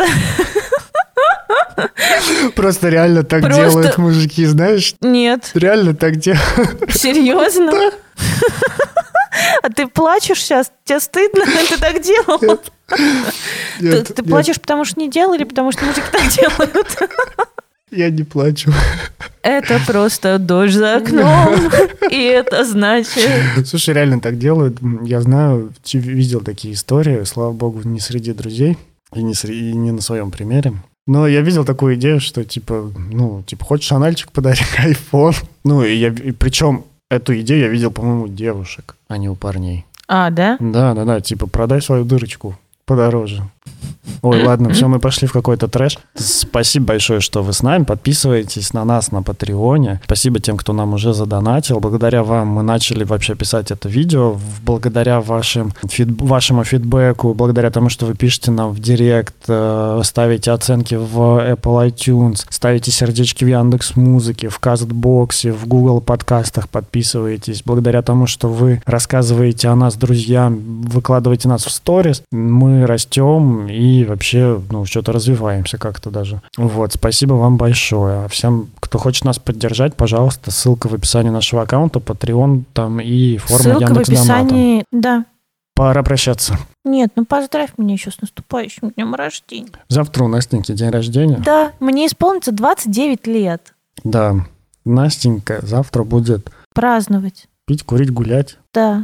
Просто реально так делают мужики, знаешь? Нет. Реально так делают. Серьезно? Да. А ты плачешь сейчас? Тебе стыдно? Ты так делал? Нет. Ты плачешь, потому что не делал, или потому что мужики так делают? Я не плачу. Это просто дождь за окном, и это значит... Слушай, реально так делают. Я знаю, видел такие истории, слава богу, не среди друзей и не на своем примере. Но я видел такую идею, что хочешь анальчик, подари айфон. Причем эту идею я видел, по-моему, у девушек, а не у парней. А, да? Да, продай свою дырочку подороже. Ой, ладно, все, мы пошли в какой-то трэш. Спасибо большое, что вы с нами. Подписывайтесь на нас на Патреоне. Спасибо тем, кто нам уже задонатил. Благодаря вам мы начали вообще писать это видео. Благодаря вашему фидбэку, благодаря тому, что вы пишете нам в директ, ставите оценки в Apple iTunes, ставите сердечки в Яндекс.Музыке, в Кастбоксе, в Google подкастах, подписываетесь. Благодаря тому, что вы рассказываете о нас друзьям, выкладываете нас в сторис, мы растем и и вообще, что-то развиваемся как-то даже. Вот, спасибо вам большое. А всем, кто хочет нас поддержать, пожалуйста, ссылка в описании нашего аккаунта, Patreon там и форма Яндекс.Доната. Ссылка в описании, да. Пора прощаться. Нет, поздравь меня еще с наступающим днем рождения. Завтра у Настеньки день рождения. Да, мне исполнится 29 лет. Да, Настенька завтра будет... Праздновать. Пить, курить, гулять. Да.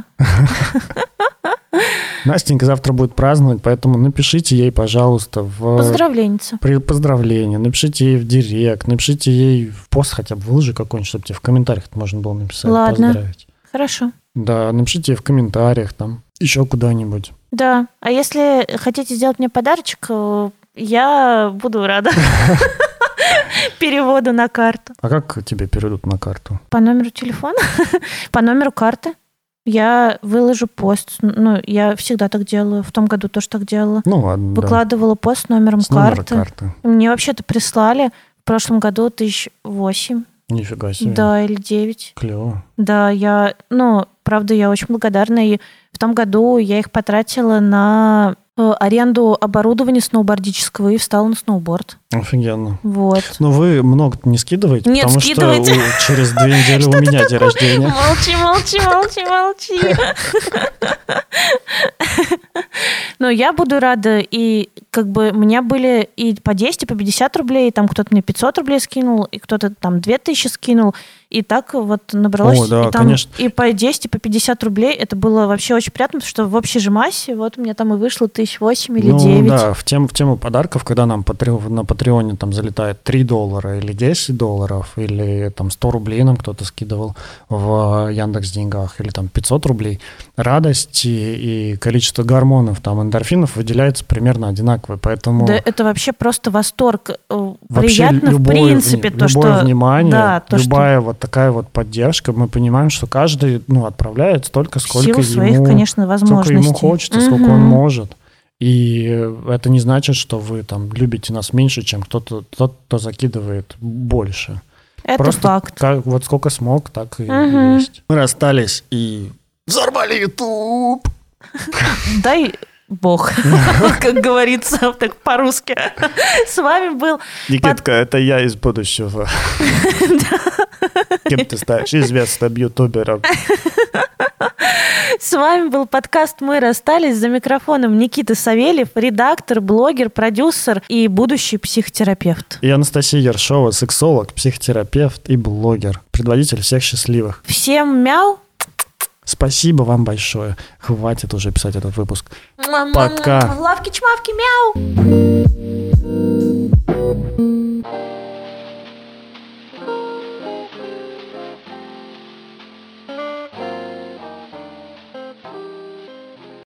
Настенька завтра будет праздновать, поэтому напишите ей, пожалуйста, в... Поздравленница. Поздравление. Напишите ей в директ, напишите ей в пост хотя бы, выложи какой-нибудь, чтобы тебе в комментариях можно было написать. Ладно. Поздравить. Хорошо. Да, напишите ей в комментариях там, еще куда-нибудь. Да, а если хотите сделать мне подарочек, я буду рада переводу на карту. А как тебе переведут на карту? По номеру телефона, по номеру карты. Я выложу пост. Я всегда так делаю. В том году тоже так делала. Ладно, выкладывала пост с номером карты. карты. Мне вообще-то прислали в прошлом году 1008. Нифига себе. Да, или 9. Клево. Да, правда, я очень благодарна. И в том году я их потратила на аренду оборудования сноубордического и встала на сноуборд. Офигенно. Вот. Но вы много не скидываете, Нет, потому скидывайте. что через 2 недели у меня день рождения. Молчи. Но я буду рада, и как бы у меня были и по 10, и по 50 рублей, и там кто-то мне 500 рублей скинул, и кто-то там 2000 скинул, и так вот набралось. О, да, и там конечно. и по 10, и по 50 рублей, это было вообще очень приятно, потому что в общей же массе вот у меня там и вышло 1008 или 9. Да, в тему подарков, когда нам на Патреоне там залетает $3 или $10, или там 100 рублей нам кто-то скидывал в Яндекс.Деньгах, или там 500 рублей, радость и количество гормонов, там эндорфинов выделяется примерно одинаково, поэтому... Да, это вообще просто восторг. Вообще Приятно, в принципе, то, что... Любое внимание, да, любая вот такая вот поддержка, мы понимаем, что каждый отправляет столько, сколько своих, ему, конечно, возможностей. сколько ему хочется, сколько он может. И это не значит, что вы там любите нас меньше, чем тот, кто закидывает больше. Это просто факт. Вот сколько смог, так и есть. Мы расстались и взорвали YouTube. Дай бог, как говорится, так по-русски. С вами был... Никитка, это я из будущего. Кем ты станешь? Известным ютубером. С вами был подкаст «Мы расстались». За микрофоном Никита Савельев, редактор, блогер, продюсер и будущий психотерапевт. И Анастасия Ершова, сексолог, психотерапевт и блогер. Предводитель всех счастливых. Всем мяу. Спасибо вам большое. Хватит уже писать этот выпуск. Пока. Лавки-чмавки, мяу.